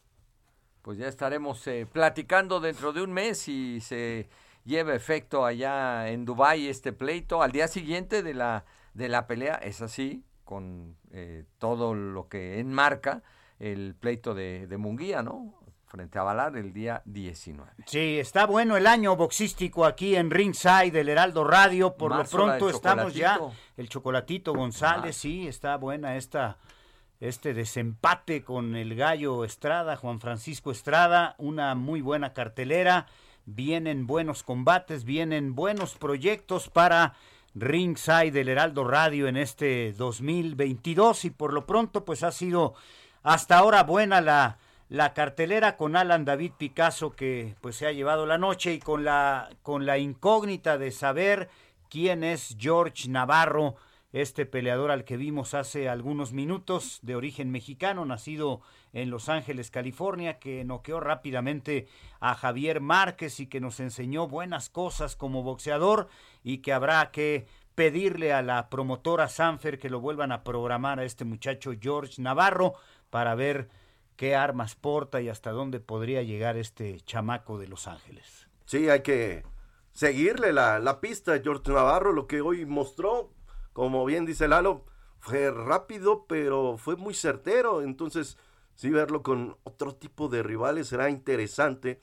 Pues ya estaremos eh, platicando dentro de un mes si se lleva efecto allá en Dubái este pleito. Al día siguiente de la, de la pelea, es así, con eh, todo lo que enmarca el pleito de, de Munguía, ¿no? Frente a Valar el día diecinueve. Sí, está bueno el año boxístico aquí en Ringside del Heraldo Radio. Por Marzo, lo la pronto del estamos ya. Chocolatito. El Chocolatito González, Marzo. sí, está buena esta, este desempate con el Gallo Estrada, Juan Francisco Estrada. Una muy buena cartelera. Vienen buenos combates, vienen buenos proyectos para Ringside del Heraldo Radio en este dos mil veintidós. Y por lo pronto, pues ha sido hasta ahora buena la... La cartelera con Alan David Picasso, que pues se ha llevado la noche, y con la, con la incógnita de saber quién es George Navarro, este peleador al que vimos hace algunos minutos, de origen mexicano, nacido en Los Ángeles, California, que noqueó rápidamente a Javier Márquez y que nos enseñó buenas cosas como boxeador, y que habrá que pedirle a la promotora Sanfer que lo vuelvan a programar a este muchacho George Navarro para ver qué armas porta y hasta dónde podría llegar este chamaco de Los Ángeles. Sí, hay que seguirle la, la pista a George Navarro. Lo que hoy mostró, como bien dice Lalo, fue rápido, pero fue muy certero. Entonces, sí, verlo con otro tipo de rivales será interesante.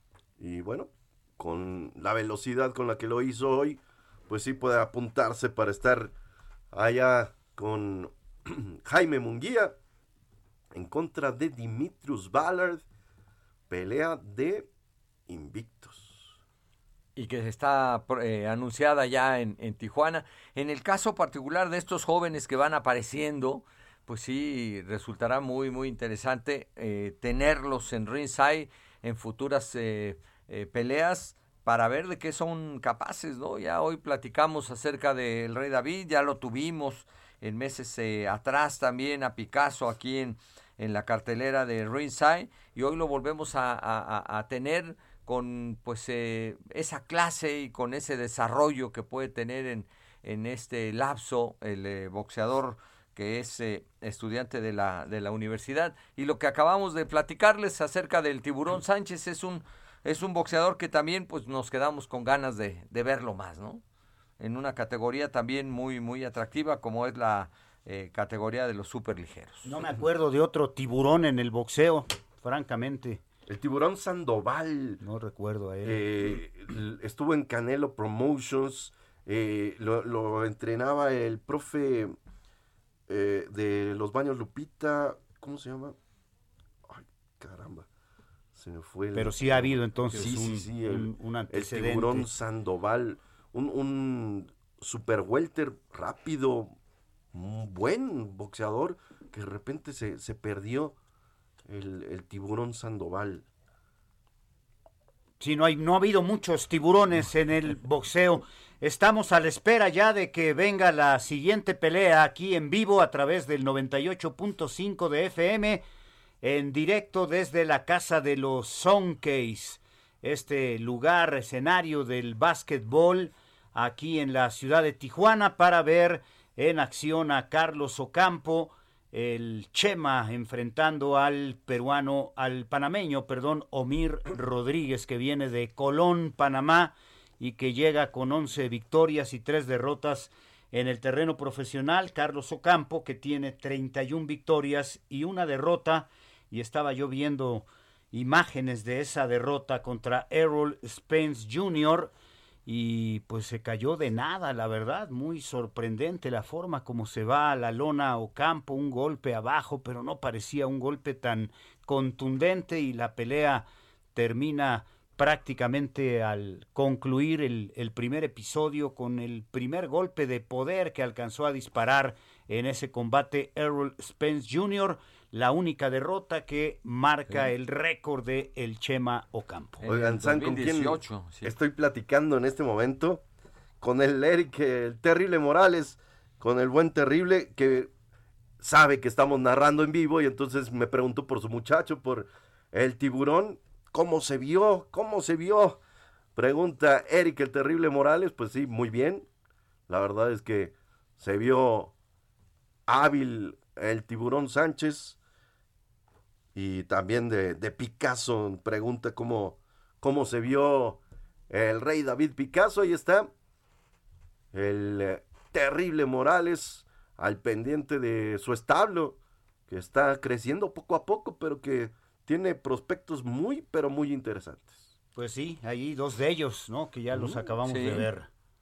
Y bueno, con la velocidad con la que lo hizo hoy, pues sí puede apuntarse para estar allá con Jaime Munguía en contra de Dimitrius Ballard, pelea de invictos. Y que está eh, anunciada ya en, en Tijuana. En el caso particular de estos jóvenes que van apareciendo, pues sí, resultará muy, muy interesante eh, tenerlos en ringside en futuras eh, eh, peleas para ver de qué son capaces, ¿no? Ya hoy platicamos acerca del Rey David, ya lo tuvimos en meses eh, atrás también a Picasso aquí en, en la cartelera de ringside, y hoy lo volvemos a, a, a tener con pues eh, esa clase y con ese desarrollo que puede tener en, en este lapso el eh, boxeador que es eh, estudiante de la, de la universidad. Y lo que acabamos de platicarles acerca del Tiburón Sánchez es un, es un boxeador que también pues nos quedamos con ganas de, de verlo más, ¿no? En una categoría también muy, muy atractiva como es la eh, categoría de los superligeros. No me acuerdo de otro tiburón en el boxeo, francamente. El tiburón Sandoval. No recuerdo a él. Eh, estuvo en Canelo Promotions. Eh, lo, lo entrenaba el profe eh, de los Baños Lupita. ¿Cómo se llama? Ay, caramba. Se me fue el... Pero sí ha habido entonces sí, un, sí, sí, el, un, un antecedente. El tiburón Sandoval. Un, un super welter rápido. Un buen boxeador que de repente se, se perdió. El, el tiburón Sandoval. Sí, no, hay, no ha habido muchos tiburones en el boxeo. Estamos a la espera ya de que venga la siguiente pelea aquí en vivo a través del noventa y ocho punto cinco de F M, en directo desde la casa de los Soncase, este lugar, escenario del básquetbol aquí en la ciudad de Tijuana, para ver en acción a Carlos Ocampo, el Chema, enfrentando al peruano, al panameño, perdón, Omir Rodríguez, que viene de Colón, Panamá, y que llega con once victorias y tres derrotas en el terreno profesional. Carlos Ocampo, que tiene treinta y una victorias y una derrota, y estaba yo viendo imágenes de esa derrota contra Errol Spence junior, y pues se cayó de nada, la verdad, muy sorprendente la forma como se va a la lona Ocampo, un golpe abajo, pero no parecía un golpe tan contundente, y la pelea termina prácticamente al concluir el, el primer episodio con el primer golpe de poder que alcanzó a disparar en ese combate Errol Spence junior, la única derrota que marca sí. el récord de el Chema Ocampo. Oigan, ¿saben con quién sí. estoy platicando en este momento? Con el Eric, el Terrible Morales, con el buen Terrible, que sabe que estamos narrando en vivo, y entonces me preguntó por su muchacho, por el tiburón. ¿Cómo se vio? ¿Cómo se vio? Pregunta Eric, el Terrible Morales. Pues sí, muy bien. La verdad es que se vio hábil el tiburón Sánchez. Y también de, de Picasso, pregunta cómo, cómo se vio el rey David Picasso. Ahí está el eh, Terrible Morales, al pendiente de su establo, que está creciendo poco a poco, pero que tiene prospectos muy, pero muy interesantes. Pues sí, ahí dos de ellos, ¿no? Que ya los mm, acabamos sí. de ver.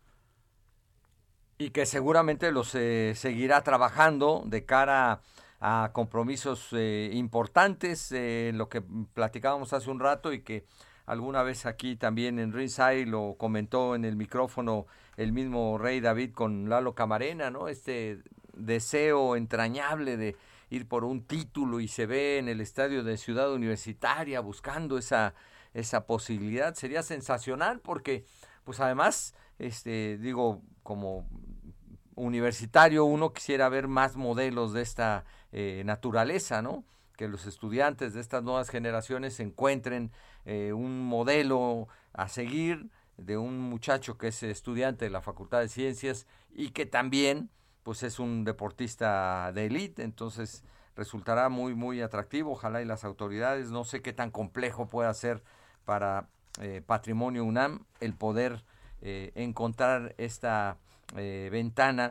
Y que seguramente los eh, seguirá trabajando de cara a compromisos eh, importantes, eh, lo que platicábamos hace un rato, y que alguna vez aquí también en Ringside lo comentó en el micrófono el mismo Rey David con Lalo Camarena, ¿no? Este deseo entrañable de ir por un título, y se ve en el estadio de Ciudad Universitaria buscando esa, esa posibilidad. Sería sensacional porque, pues además, este digo, como universitario uno quisiera ver más modelos de esta eh, naturaleza, ¿no? Que los estudiantes de estas nuevas generaciones encuentren eh, un modelo a seguir de un muchacho que es estudiante de la Facultad de Ciencias y que también pues es un deportista de élite. Entonces resultará muy muy atractivo. Ojalá y las autoridades, no sé qué tan complejo pueda ser para eh, Patrimonio UNAM el poder eh, encontrar esta eh, ventana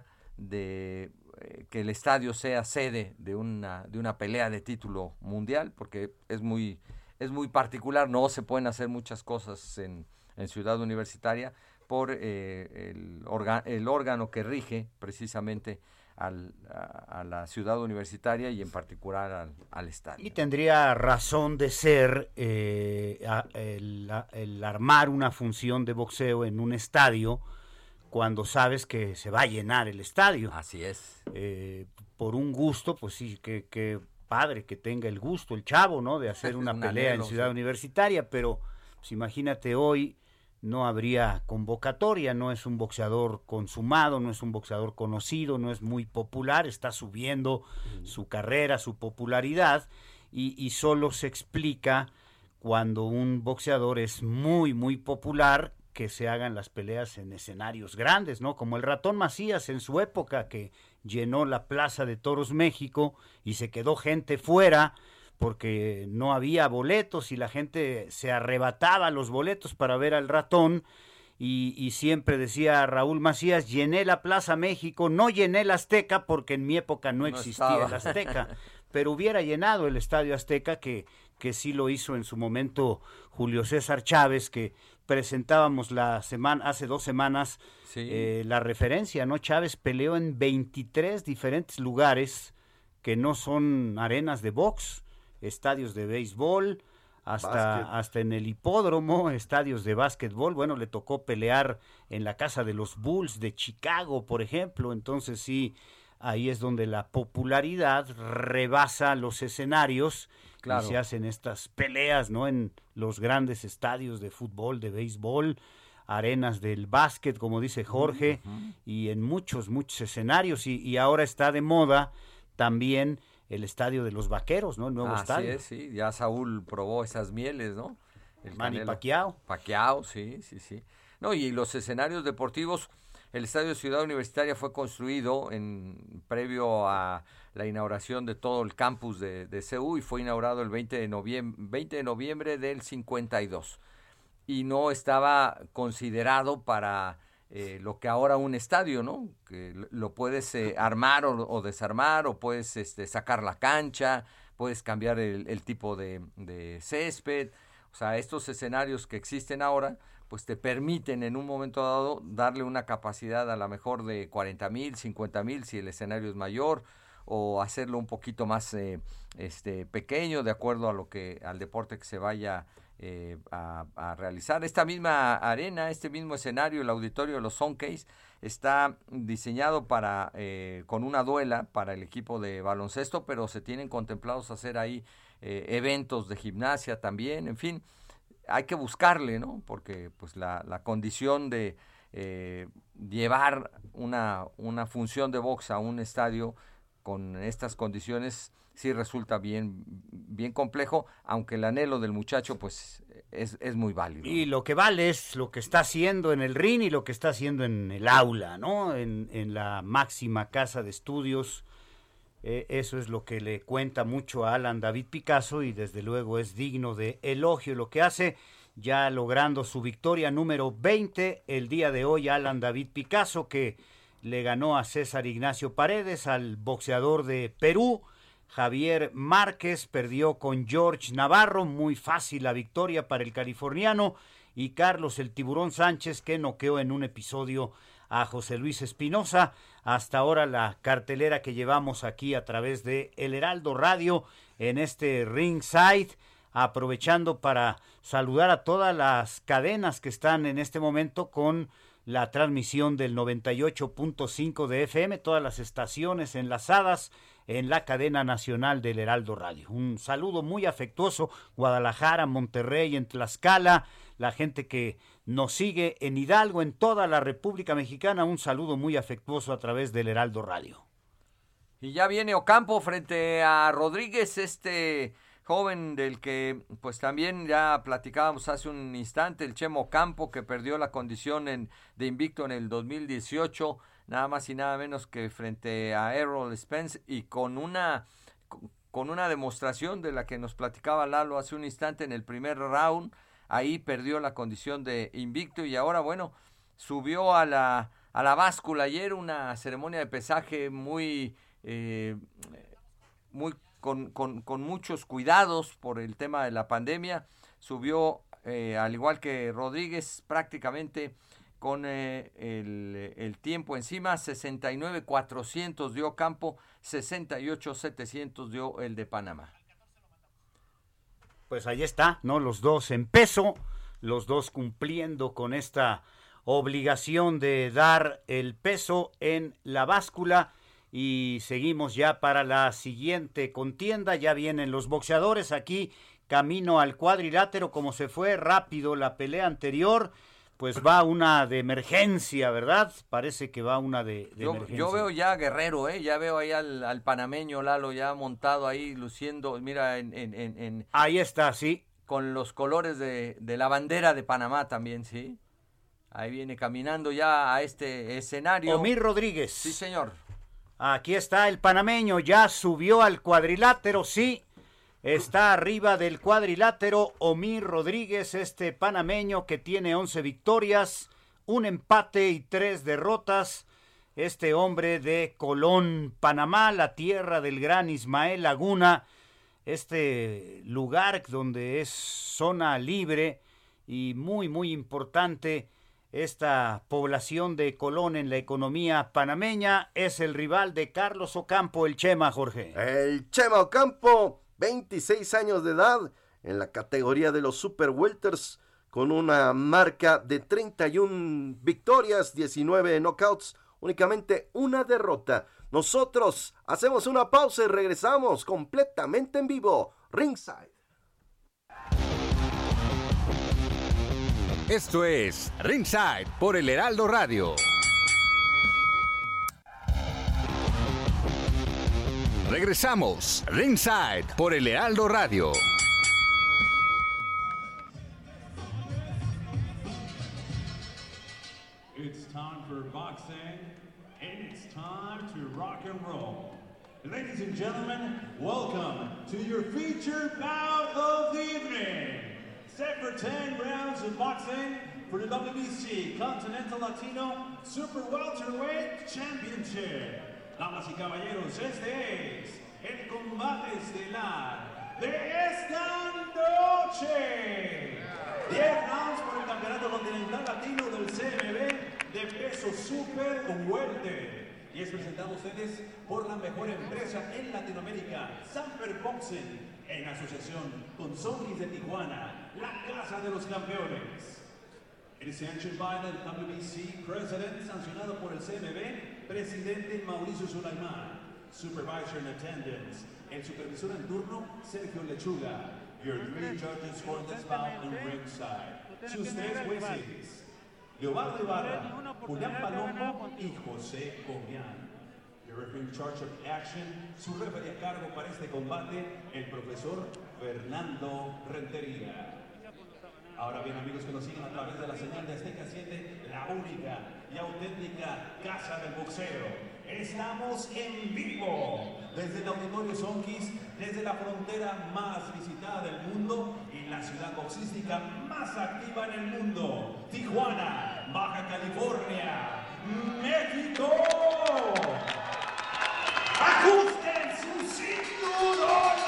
de eh, que el estadio sea sede de una de una pelea de título mundial, porque es muy es muy particular. No se pueden hacer muchas cosas en, en Ciudad Universitaria por eh, el, orga, el órgano que rige precisamente al, a, a la Ciudad Universitaria y en particular al, al estadio. Y tendría razón de ser eh, a, el, a, el armar una función de boxeo en un estadio cuando sabes que se va a llenar el estadio. Así es. Eh, por un gusto, pues sí, que, que padre que tenga el gusto, el chavo, ¿no? De hacer una un pelea anhelo, en Ciudad sí. Universitaria, pero pues, imagínate hoy no habría convocatoria, no es un boxeador consumado, no es un boxeador conocido, no es muy popular, está subiendo uh-huh. su carrera, su popularidad, y, y solo se explica cuando un boxeador es muy, muy popular, que se hagan las peleas en escenarios grandes, ¿no? Como el Ratón Macías en su época, que llenó la Plaza de Toros México y se quedó gente fuera porque no había boletos y la gente se arrebataba los boletos para ver al Ratón, y, y siempre decía Raúl Macías, llené la Plaza México, no llené el Azteca porque en mi época no, no existía estaba. el Azteca, pero hubiera llenado el Estadio Azteca, que, que sí lo hizo en su momento Julio César Chávez, que presentábamos la semana, hace dos semanas sí. eh, la referencia, ¿no? Chávez peleó en veintitrés diferentes lugares que no son arenas de box, estadios de béisbol, hasta, hasta en el hipódromo, estadios de básquetbol. Bueno, le tocó pelear en la casa de los Bulls de Chicago, por ejemplo. Entonces sí, ahí es donde la popularidad rebasa los escenarios, claro. Y se hacen estas peleas, ¿no? En los grandes estadios de fútbol, de béisbol, arenas del básquet, como dice Jorge, uh-huh. y en muchos, muchos escenarios. Y, y ahora está de moda también el estadio de los Vaqueros, ¿no? El nuevo Así estadio. Es, sí, ya Saúl probó esas mieles, ¿no? El Manny Pacquiao. Pacquiao, sí, sí, sí. No, y los escenarios deportivos, el Estadio Ciudad Universitaria fue construido en previo a la inauguración de todo el campus de, de C U y fue inaugurado el veinte de noviembre del cincuenta y dos. Y no estaba considerado para Eh, lo que ahora un estadio, ¿no? Que lo puedes eh, armar o, o desarmar, o puedes este, sacar la cancha, puedes cambiar el, el tipo de, de césped. O sea, estos escenarios que existen ahora, pues te permiten en un momento dado darle una capacidad a lo mejor de cuarenta mil, cincuenta mil si el escenario es mayor, o hacerlo un poquito más eh, este, pequeño de acuerdo a lo que al deporte que se vaya Eh, a, a realizar. Esta misma arena, este mismo escenario, el auditorio de los Sunkist, está diseñado para eh, con una duela para el equipo de baloncesto, pero se tienen contemplados hacer ahí eh, eventos de gimnasia también. En fin, hay que buscarle, ¿no? Porque pues la, la condición de eh, llevar una, una función de box a un estadio con estas condiciones sí resulta bien, bien complejo, aunque el anhelo del muchacho pues es, es muy válido. Y lo que vale es lo que está haciendo en el ring y lo que está haciendo en el aula, ¿no? En, en la máxima casa de estudios. Eh, eso es lo que le cuenta mucho a Alan David Picasso y desde luego es digno de elogio lo que hace, ya logrando su victoria número veinte el día de hoy. Alan David Picasso, que le ganó a César Ignacio Paredes, al boxeador de Perú. Javier Márquez perdió con George Navarro, muy fácil la victoria para el californiano, y Carlos el Tiburón Sánchez, que noqueó en un episodio a José Luis Espinosa. Hasta ahora la cartelera que llevamos aquí a través de El Heraldo Radio en este Ringside, aprovechando para saludar a todas las cadenas que están en este momento con la transmisión del noventa y ocho punto cinco de F M, todas las estaciones enlazadas en la cadena nacional del Heraldo Radio. Un saludo muy afectuoso, Guadalajara, Monterrey, en Tlaxcala, la gente que nos sigue en Hidalgo, en toda la República Mexicana, un saludo muy afectuoso a través del Heraldo Radio. Y ya viene Ocampo frente a Rodríguez, este joven del que pues también ya platicábamos hace un instante, el Chemo Ocampo, que perdió la condición en, de invicto en el dos mil dieciocho, nada más y nada menos que frente a Errol Spence, y con una con una demostración de la que nos platicaba Lalo hace un instante en el primer round. Ahí perdió la condición de invicto y ahora, bueno, subió a la a la báscula ayer, una ceremonia de pesaje muy eh, muy con, con, con muchos cuidados por el tema de la pandemia. Subió eh, al igual que Rodríguez prácticamente con eh, el, el tiempo encima. Sesenta y nueve cuatrocientos dio Ocampo, sesenta y ocho setecientos dio el de Panamá. Pues ahí está, ¿no? Los dos en peso, los dos cumpliendo con esta obligación de dar el peso en la báscula. Y seguimos ya para la siguiente contienda. Ya vienen los boxeadores aquí, camino al cuadrilátero. Como se fue rápido la pelea anterior, pues va una de emergencia, ¿verdad? Parece que va una de, de yo, emergencia. Yo veo ya a Guerrero, ¿eh? Ya veo ahí al, al panameño Lalo ya montado ahí, luciendo, mira, en... en, en, en ahí está, sí. Con los colores de, de la bandera de Panamá también, ¿sí? Ahí viene caminando ya a este escenario. Omir Rodríguez. Sí, señor. Aquí está el panameño, ya subió al cuadrilátero, sí. Está arriba del cuadrilátero Omir Rodríguez, este panameño que tiene once victorias, un empate y tres derrotas. Este hombre de Colón, Panamá, la tierra del gran Ismael Laguna, este lugar donde es zona libre y muy, muy importante. Esta población de Colón en la economía panameña es el rival de Carlos Ocampo, el Chema, Jorge. El Chema Ocampo, veintiséis años de edad, en la categoría de los Super Welters, con una marca de treinta y una victorias, diecinueve knockouts, únicamente una derrota. Nosotros hacemos una pausa y regresamos completamente en vivo, Ringside. Esto es Ringside por el Heraldo Radio. Regresamos, Ringside por el Heraldo Radio. It's time for boxing, and it's time to rock and roll. Ladies and gentlemen, welcome to your featured bout of the evening. Set for ten rounds of boxing for the W B C Continental Latino Super Welterweight Championship. Damas y caballeros, este es el combate estelar de esta noche. diez rounds por el Campeonato Continental Latino del C M B de peso super welter. Y es presentado a ustedes por la mejor empresa en Latinoamérica, Samper Boxing, en asociación con Zombies de Tijuana, la casa de los campeones. It is sanctioned by the W B C President, sancionado por el C M B, Presidente Mauricio Sulaimán. Supervisor in attendance, el supervisor en turno, Sergio Lechuga. Your three judges for this bout in ringside. Sus tres jueces, Leobardo Ibarra, Julián Palomo y José Cobian. Your referee in charge of action, su referee a cargo para este combate, el profesor Fernando Rentería. Ahora bien, amigos que nos siguen a través de la señal de Azteca siete, la única y auténtica casa del boxeo. Estamos en vivo desde el Auditorio Sonquis, desde la frontera más visitada del mundo y la ciudad boxística más activa en el mundo, Tijuana, Baja California, México. ¡Ajusten sus cinturones!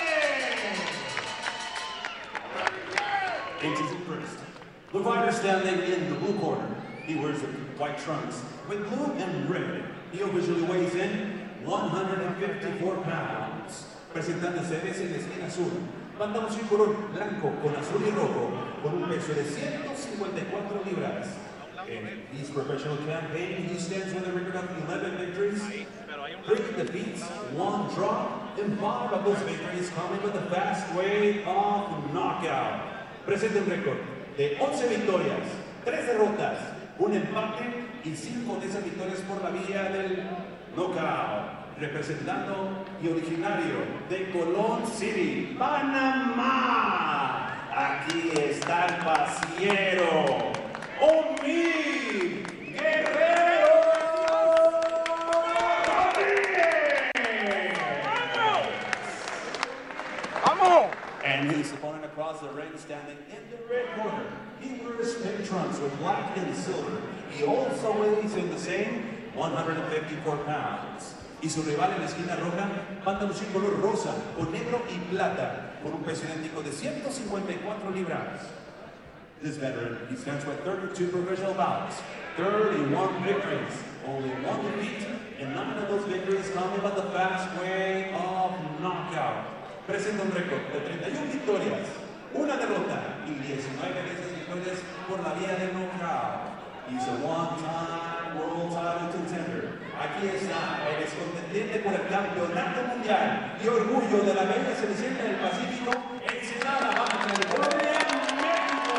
Introducing first, the fighter standing in the blue corner. He wears the white trunks with blue and red. He officially weighs in one hundred fifty-four pounds. Presentándose desde la esquina azul, manda un cinturón blanco con azul y rojo, con un peso de ciento cincuenta y cuatro libras. In his professional campaign, he stands with a record of eleven victories, three defeats, one draw, and five of those victories coming with the fast way of knockout. Presenta un récord de once victorias, tres derrotas, un empate y cinco de esas victorias por la vía del knockout. Representando y originario de Colón City, Panamá. Aquí está el pasiero, Omir Guerrero Rodríguez. ¡Vamos! And his opponent across the ring, standing in the red corner. He wears pink trunks with black and silver. He also weighs in the same one hundred fifty-four pounds. Y su rival en la esquina roja, pantaloncín color rosa, con negro y plata, con un peso idéntico de ciento cincuenta y cuatro libras. This veteran, he stands with thirty-two professional bouts, thirty-one victories, only one defeat, and none of those victories coming by the fast way of knockout. Presenta un récord de treinta y una victorias, una derrota y diecinueve de esas victorias por la vía del knockout. He's a one-time world title contender. Aquí está el excontendiente por el campeonato mundial y orgullo de la bella cenicienta del Pacífico, Ensenada, Baja California, México.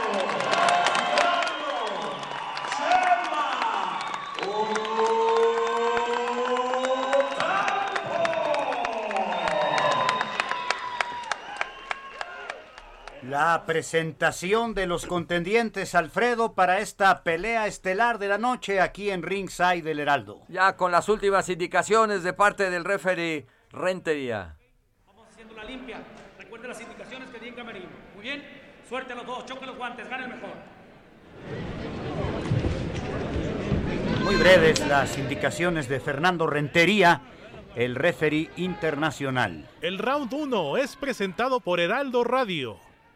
La presentación de los contendientes, Alfredo, para esta pelea estelar de la noche aquí en Ringside del Heraldo. Ya con las últimas indicaciones de parte del referee Rentería. Vamos haciendo la limpia. Recuerden las indicaciones que di en camerino. Muy bien. Suerte a los dos. Choquen los guantes. Gana el mejor. muy breves las indicaciones de Fernando Rentería, el referee internacional. El round uno es presentado por Heraldo Radio.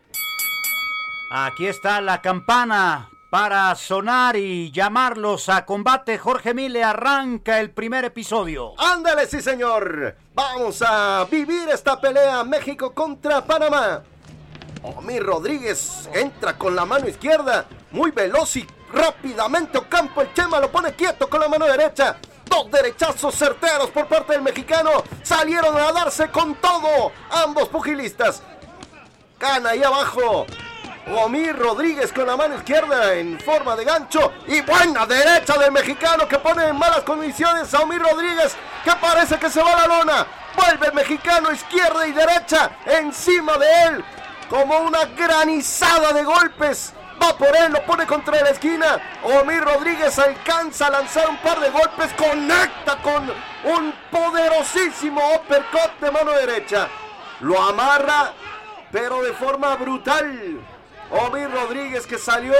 Aquí está la campana para sonar y llamarlos a combate. Jorge Mille, arranca el primer episodio. ¡Ándale, sí señor! Vamos a vivir esta pelea México contra Panamá. Omir Rodríguez entra con la mano izquierda, muy veloz y rápidamente Ocampo, el Chema lo pone quieto con la mano derecha. Dos derechazos certeros por parte del mexicano. Salieron a darse con todo ambos pugilistas. Gana ahí abajo Omir Rodríguez con la mano izquierda en forma de gancho. Y buena derecha del mexicano que pone en malas condiciones a Omir Rodríguez, que parece que se va a la lona. Vuelve el mexicano, izquierda y derecha encima de él, como una granizada de golpes. Va por él, lo pone contra la esquina. Omir Rodríguez alcanza a lanzar un par de golpes. Conecta con un poderosísimo uppercut de mano derecha. Lo amarra, pero de forma brutal. Omir Rodríguez, que salió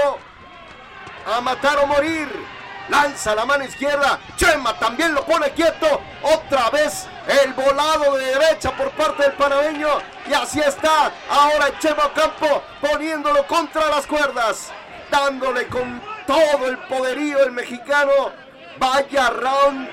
a matar o morir. Lanza la mano izquierda. Chema también lo pone quieto. Otra vez el volado de derecha por parte del panameño. Y así está ahora el Chema Ocampo, poniéndolo contra las cuerdas, dándole con todo el poderío el mexicano. Vaya round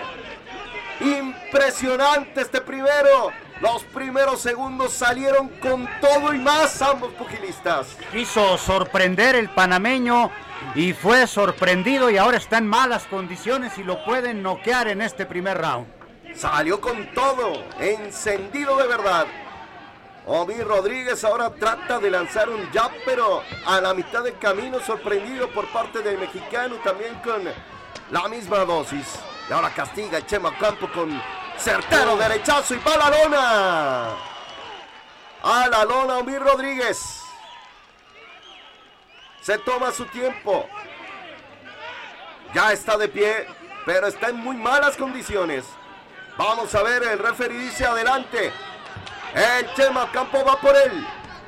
impresionante este primero. Los primeros segundos salieron con todo y más ambos pugilistas. Quiso sorprender el panameño y fue sorprendido, y ahora está en malas condiciones y lo pueden noquear en este primer round. Salió con todo, encendido de verdad. Omir Rodríguez ahora trata de lanzar un jab, pero a la mitad del camino, sorprendido por parte del mexicano, también con la misma dosis. Y ahora castiga el Chema Ocampo con certero derechazo y va a la lona. A la lona Omir Rodríguez. Se toma su tiempo. Ya está de pie, pero está en muy malas condiciones. Vamos a ver, el referee dice adelante. El Chema Ocampo va por él.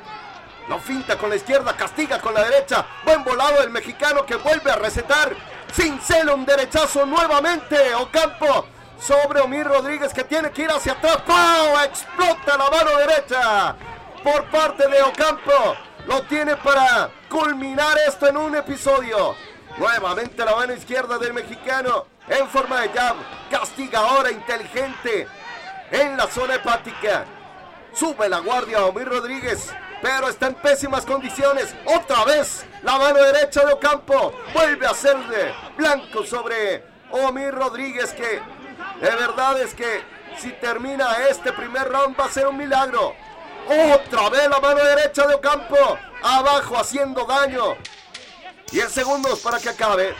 Lo finta con la izquierda, castiga con la derecha. Buen volado del mexicano que vuelve a recetar. Cincela un derechazo nuevamente. Ocampo sobre Omir Rodríguez, que tiene que ir hacia atrás. ¡Pau! Explota la mano derecha por parte de Ocampo. Lo tiene para culminar esto en un episodio. Nuevamente la mano izquierda del mexicano en forma de jab. Castiga ahora inteligente en la zona hepática. Sube la guardia a Omir Rodríguez, pero está en pésimas condiciones. Otra vez la mano derecha de Ocampo. Vuelve a ser de blanco sobre Omir Rodríguez, que de verdad es que si termina este primer round va a ser un milagro. Otra vez la mano derecha de Ocampo, abajo haciendo daño. diez segundos para que acabe.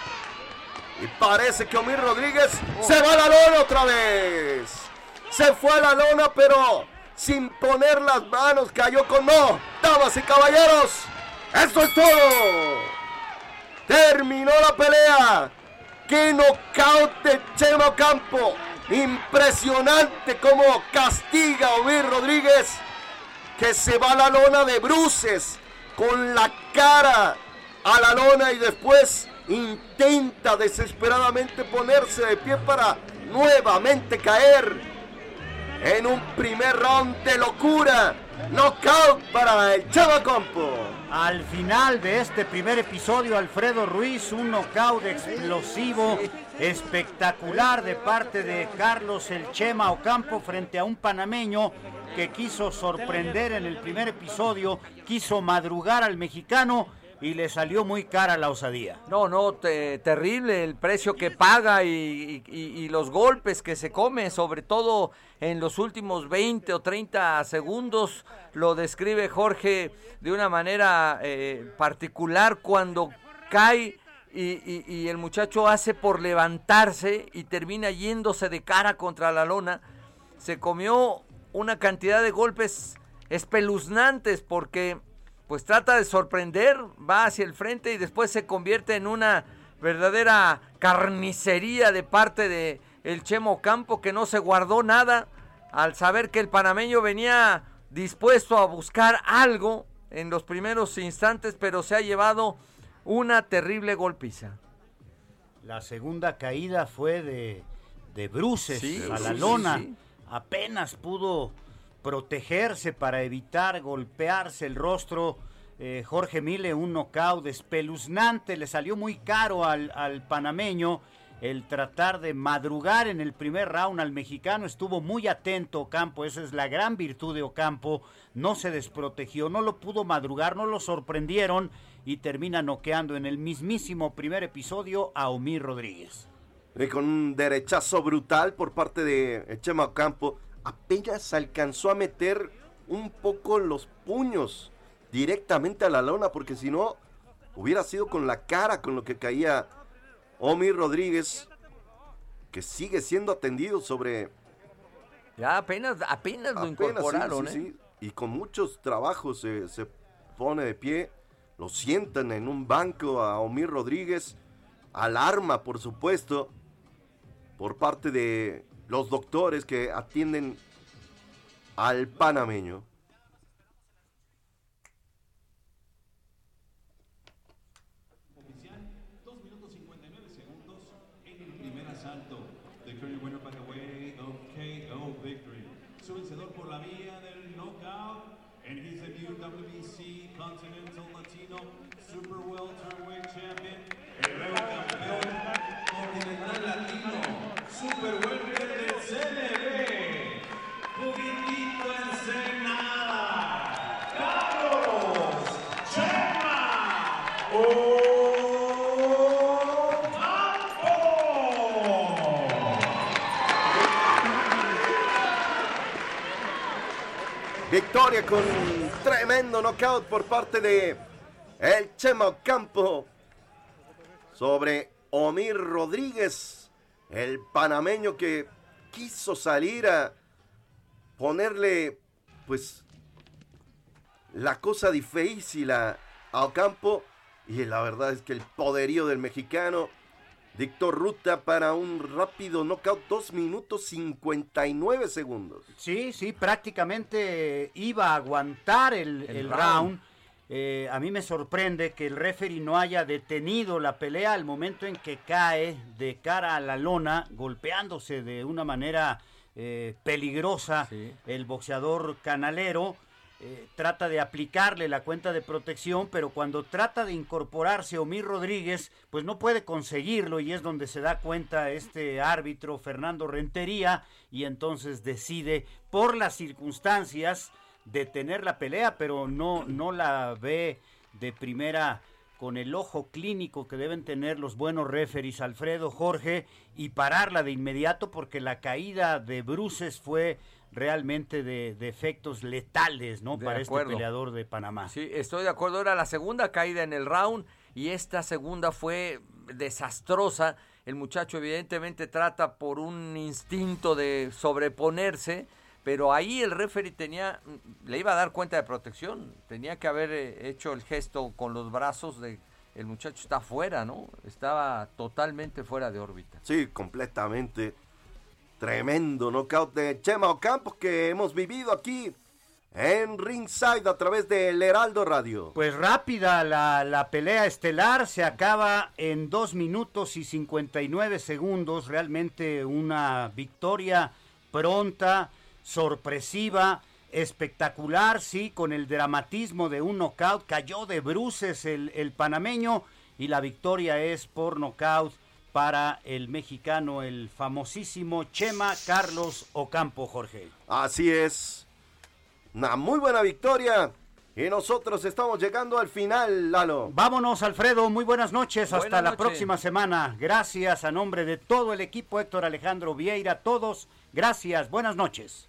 Y parece que Omir Rodríguez se va a la lona otra vez. Se fue a la lona, pero sin poner las manos, cayó con no. Damas y caballeros, esto es todo. Terminó la pelea. ¡Qué nocaut de Chema Ocampo! Impresionante cómo castiga a Omir Rodríguez, que se va a la lona de bruces, con la cara a la lona, y después intenta desesperadamente ponerse de pie para nuevamente caer en un primer round de locura. Knockout para el Chema Ocampo. Al final de este primer episodio, Alfredo Ruiz, un knockout explosivo, espectacular de parte de Carlos el Chema Ocampo frente a un panameño que quiso sorprender en el primer episodio, quiso madrugar al mexicano y le salió muy cara la osadía. No, no, te, terrible el precio que paga y, y, y los golpes que se come, sobre todo en los últimos veinte o treinta segundos. Lo describe Jorge de una manera eh, particular cuando cae y, y, y el muchacho hace por levantarse y termina yéndose de cara contra la lona. Se comió una cantidad de golpes espeluznantes porque pues trata de sorprender, va hacia el frente y después se convierte en una verdadera carnicería de parte de el Chema Ocampo, que no se guardó nada al saber que el panameño venía dispuesto a buscar algo en los primeros instantes, pero se ha llevado una terrible golpiza. La segunda caída fue de, de bruces Sí, a la sí, lona. sí, sí. Apenas pudo protegerse para evitar golpearse el rostro. Eh, Jorge Mille, un knockout espeluznante, le salió muy caro al, al panameño el tratar de madrugar en el primer round al mexicano. Estuvo muy atento Ocampo, esa es la gran virtud de Ocampo, no se desprotegió, no lo pudo madrugar, no lo sorprendieron y termina noqueando en el mismísimo primer episodio a Omir Rodríguez. Y con un derechazo brutal por parte de Chema Ocampo, apenas alcanzó a meter un poco los puños directamente a la lona, porque si no, hubiera sido con la cara con lo que caía Omir Rodríguez, que sigue siendo atendido sobre... Ya apenas, apenas lo apenas, incorporaron, sí, sí, ¿eh? sí. Y con muchos trabajos se, se pone de pie, lo sientan en un banco a Omir Rodríguez, alarma por supuesto, por parte de los doctores que atienden al panameño. Su vencedor por la vía del knockout, and he's a new W B C Continental Latino Super Welterweight Champion, el nuevo campeón continental latino Super Welter del C N B, Juguitito Ensenada, Carlos Chema Ocampo. Victoria con tremendo knockout por parte de el Chema Ocampo sobre Omir Rodríguez, el panameño que quiso salir a ponerle pues la cosa difícil a, a Ocampo, y la verdad es que el poderío del mexicano dictó ruta para un rápido knockout, dos minutos cincuenta y nueve segundos. Sí, sí, prácticamente iba a aguantar el, el, el round. round. Eh, a mí me sorprende que el referee no haya detenido la pelea al momento en que cae de cara a la lona, golpeándose de una manera eh, peligrosa. Sí. El boxeador canalero. Eh, trata de aplicarle la cuenta de protección, pero cuando trata de incorporarse Omir Rodríguez, pues no puede conseguirlo, y es donde se da cuenta este árbitro Fernando Rentería, y entonces decide por las circunstancias detener la pelea, pero no, no la ve de primera con el ojo clínico que deben tener los buenos referees, Alfredo, Jorge, y pararla de inmediato, porque la caída de bruces fue realmente de, de efectos letales, ¿no? De para acuerdo. Este peleador de Panamá. Sí, estoy de acuerdo. Era la segunda caída en el round y esta segunda fue desastrosa. El muchacho evidentemente trata por un instinto de sobreponerse, pero ahí el referee tenía, le iba a dar cuenta de protección. Tenía que haber hecho el gesto con los brazos de el muchacho está fuera, ¿no? Estaba totalmente fuera de órbita. Sí, completamente. Tremendo knockout de Chema Ocampo que hemos vivido aquí en Ringside a través del Heraldo Radio. Pues rápida la, la pelea estelar, se acaba en dos minutos y cincuenta y nueve segundos. Realmente una victoria pronta, sorpresiva, espectacular, sí, con el dramatismo de un knockout. Cayó de bruces el, el panameño y la victoria es por knockout para el mexicano, el famosísimo Chema Carlos Ocampo, Jorge. Así es, una muy buena victoria y nosotros estamos llegando al final, Lalo. Vámonos, Alfredo, muy buenas noches, buenas hasta noches. La próxima semana. Gracias a nombre de todo el equipo, Héctor Alejandro Vieira, todos, gracias, buenas noches.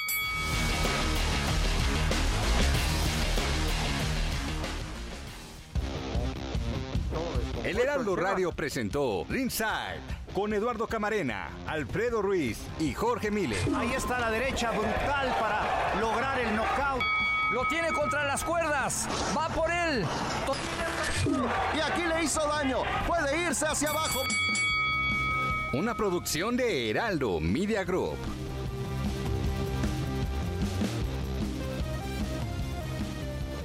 El Heraldo Radio presentó Ringside con Eduardo Camarena, Alfredo Ruiz y Jorge Mille. Ahí está la derecha brutal para lograr el knockout. Lo tiene contra las cuerdas. Va por él. Y aquí le hizo daño. Puede irse hacia abajo. Una producción de Heraldo Media Group.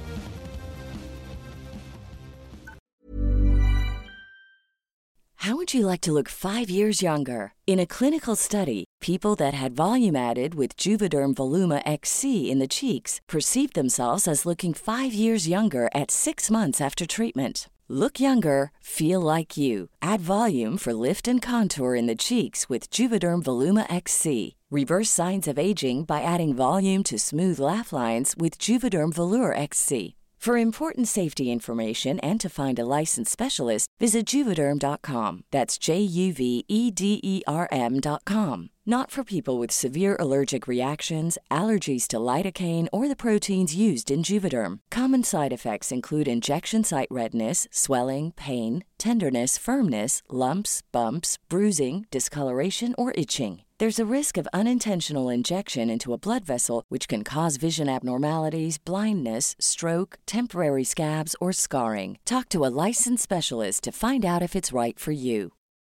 How would would you like to look five years younger? In a clinical study, people that had volume added with Juvederm Voluma X C in the cheeks perceived themselves as looking five years younger at six months after treatment. Look younger, feel like you. Add volume for lift and contour in the cheeks with Juvederm Voluma X C. Reverse signs of aging by adding volume to smooth laugh lines with Juvederm Volure X C. For important safety information and to find a licensed specialist, visit Juvederm dot com. That's J U V E D E R M dot com. Not for people with severe allergic reactions, allergies to lidocaine, or the proteins used in Juvederm. Common side effects include injection site redness, swelling, pain, tenderness, firmness, lumps, bumps, bruising, discoloration, or itching. There's a risk of unintentional injection into a blood vessel, which can cause vision abnormalities, blindness, stroke, temporary scabs, or scarring. Talk to a licensed specialist to find out if it's right for you.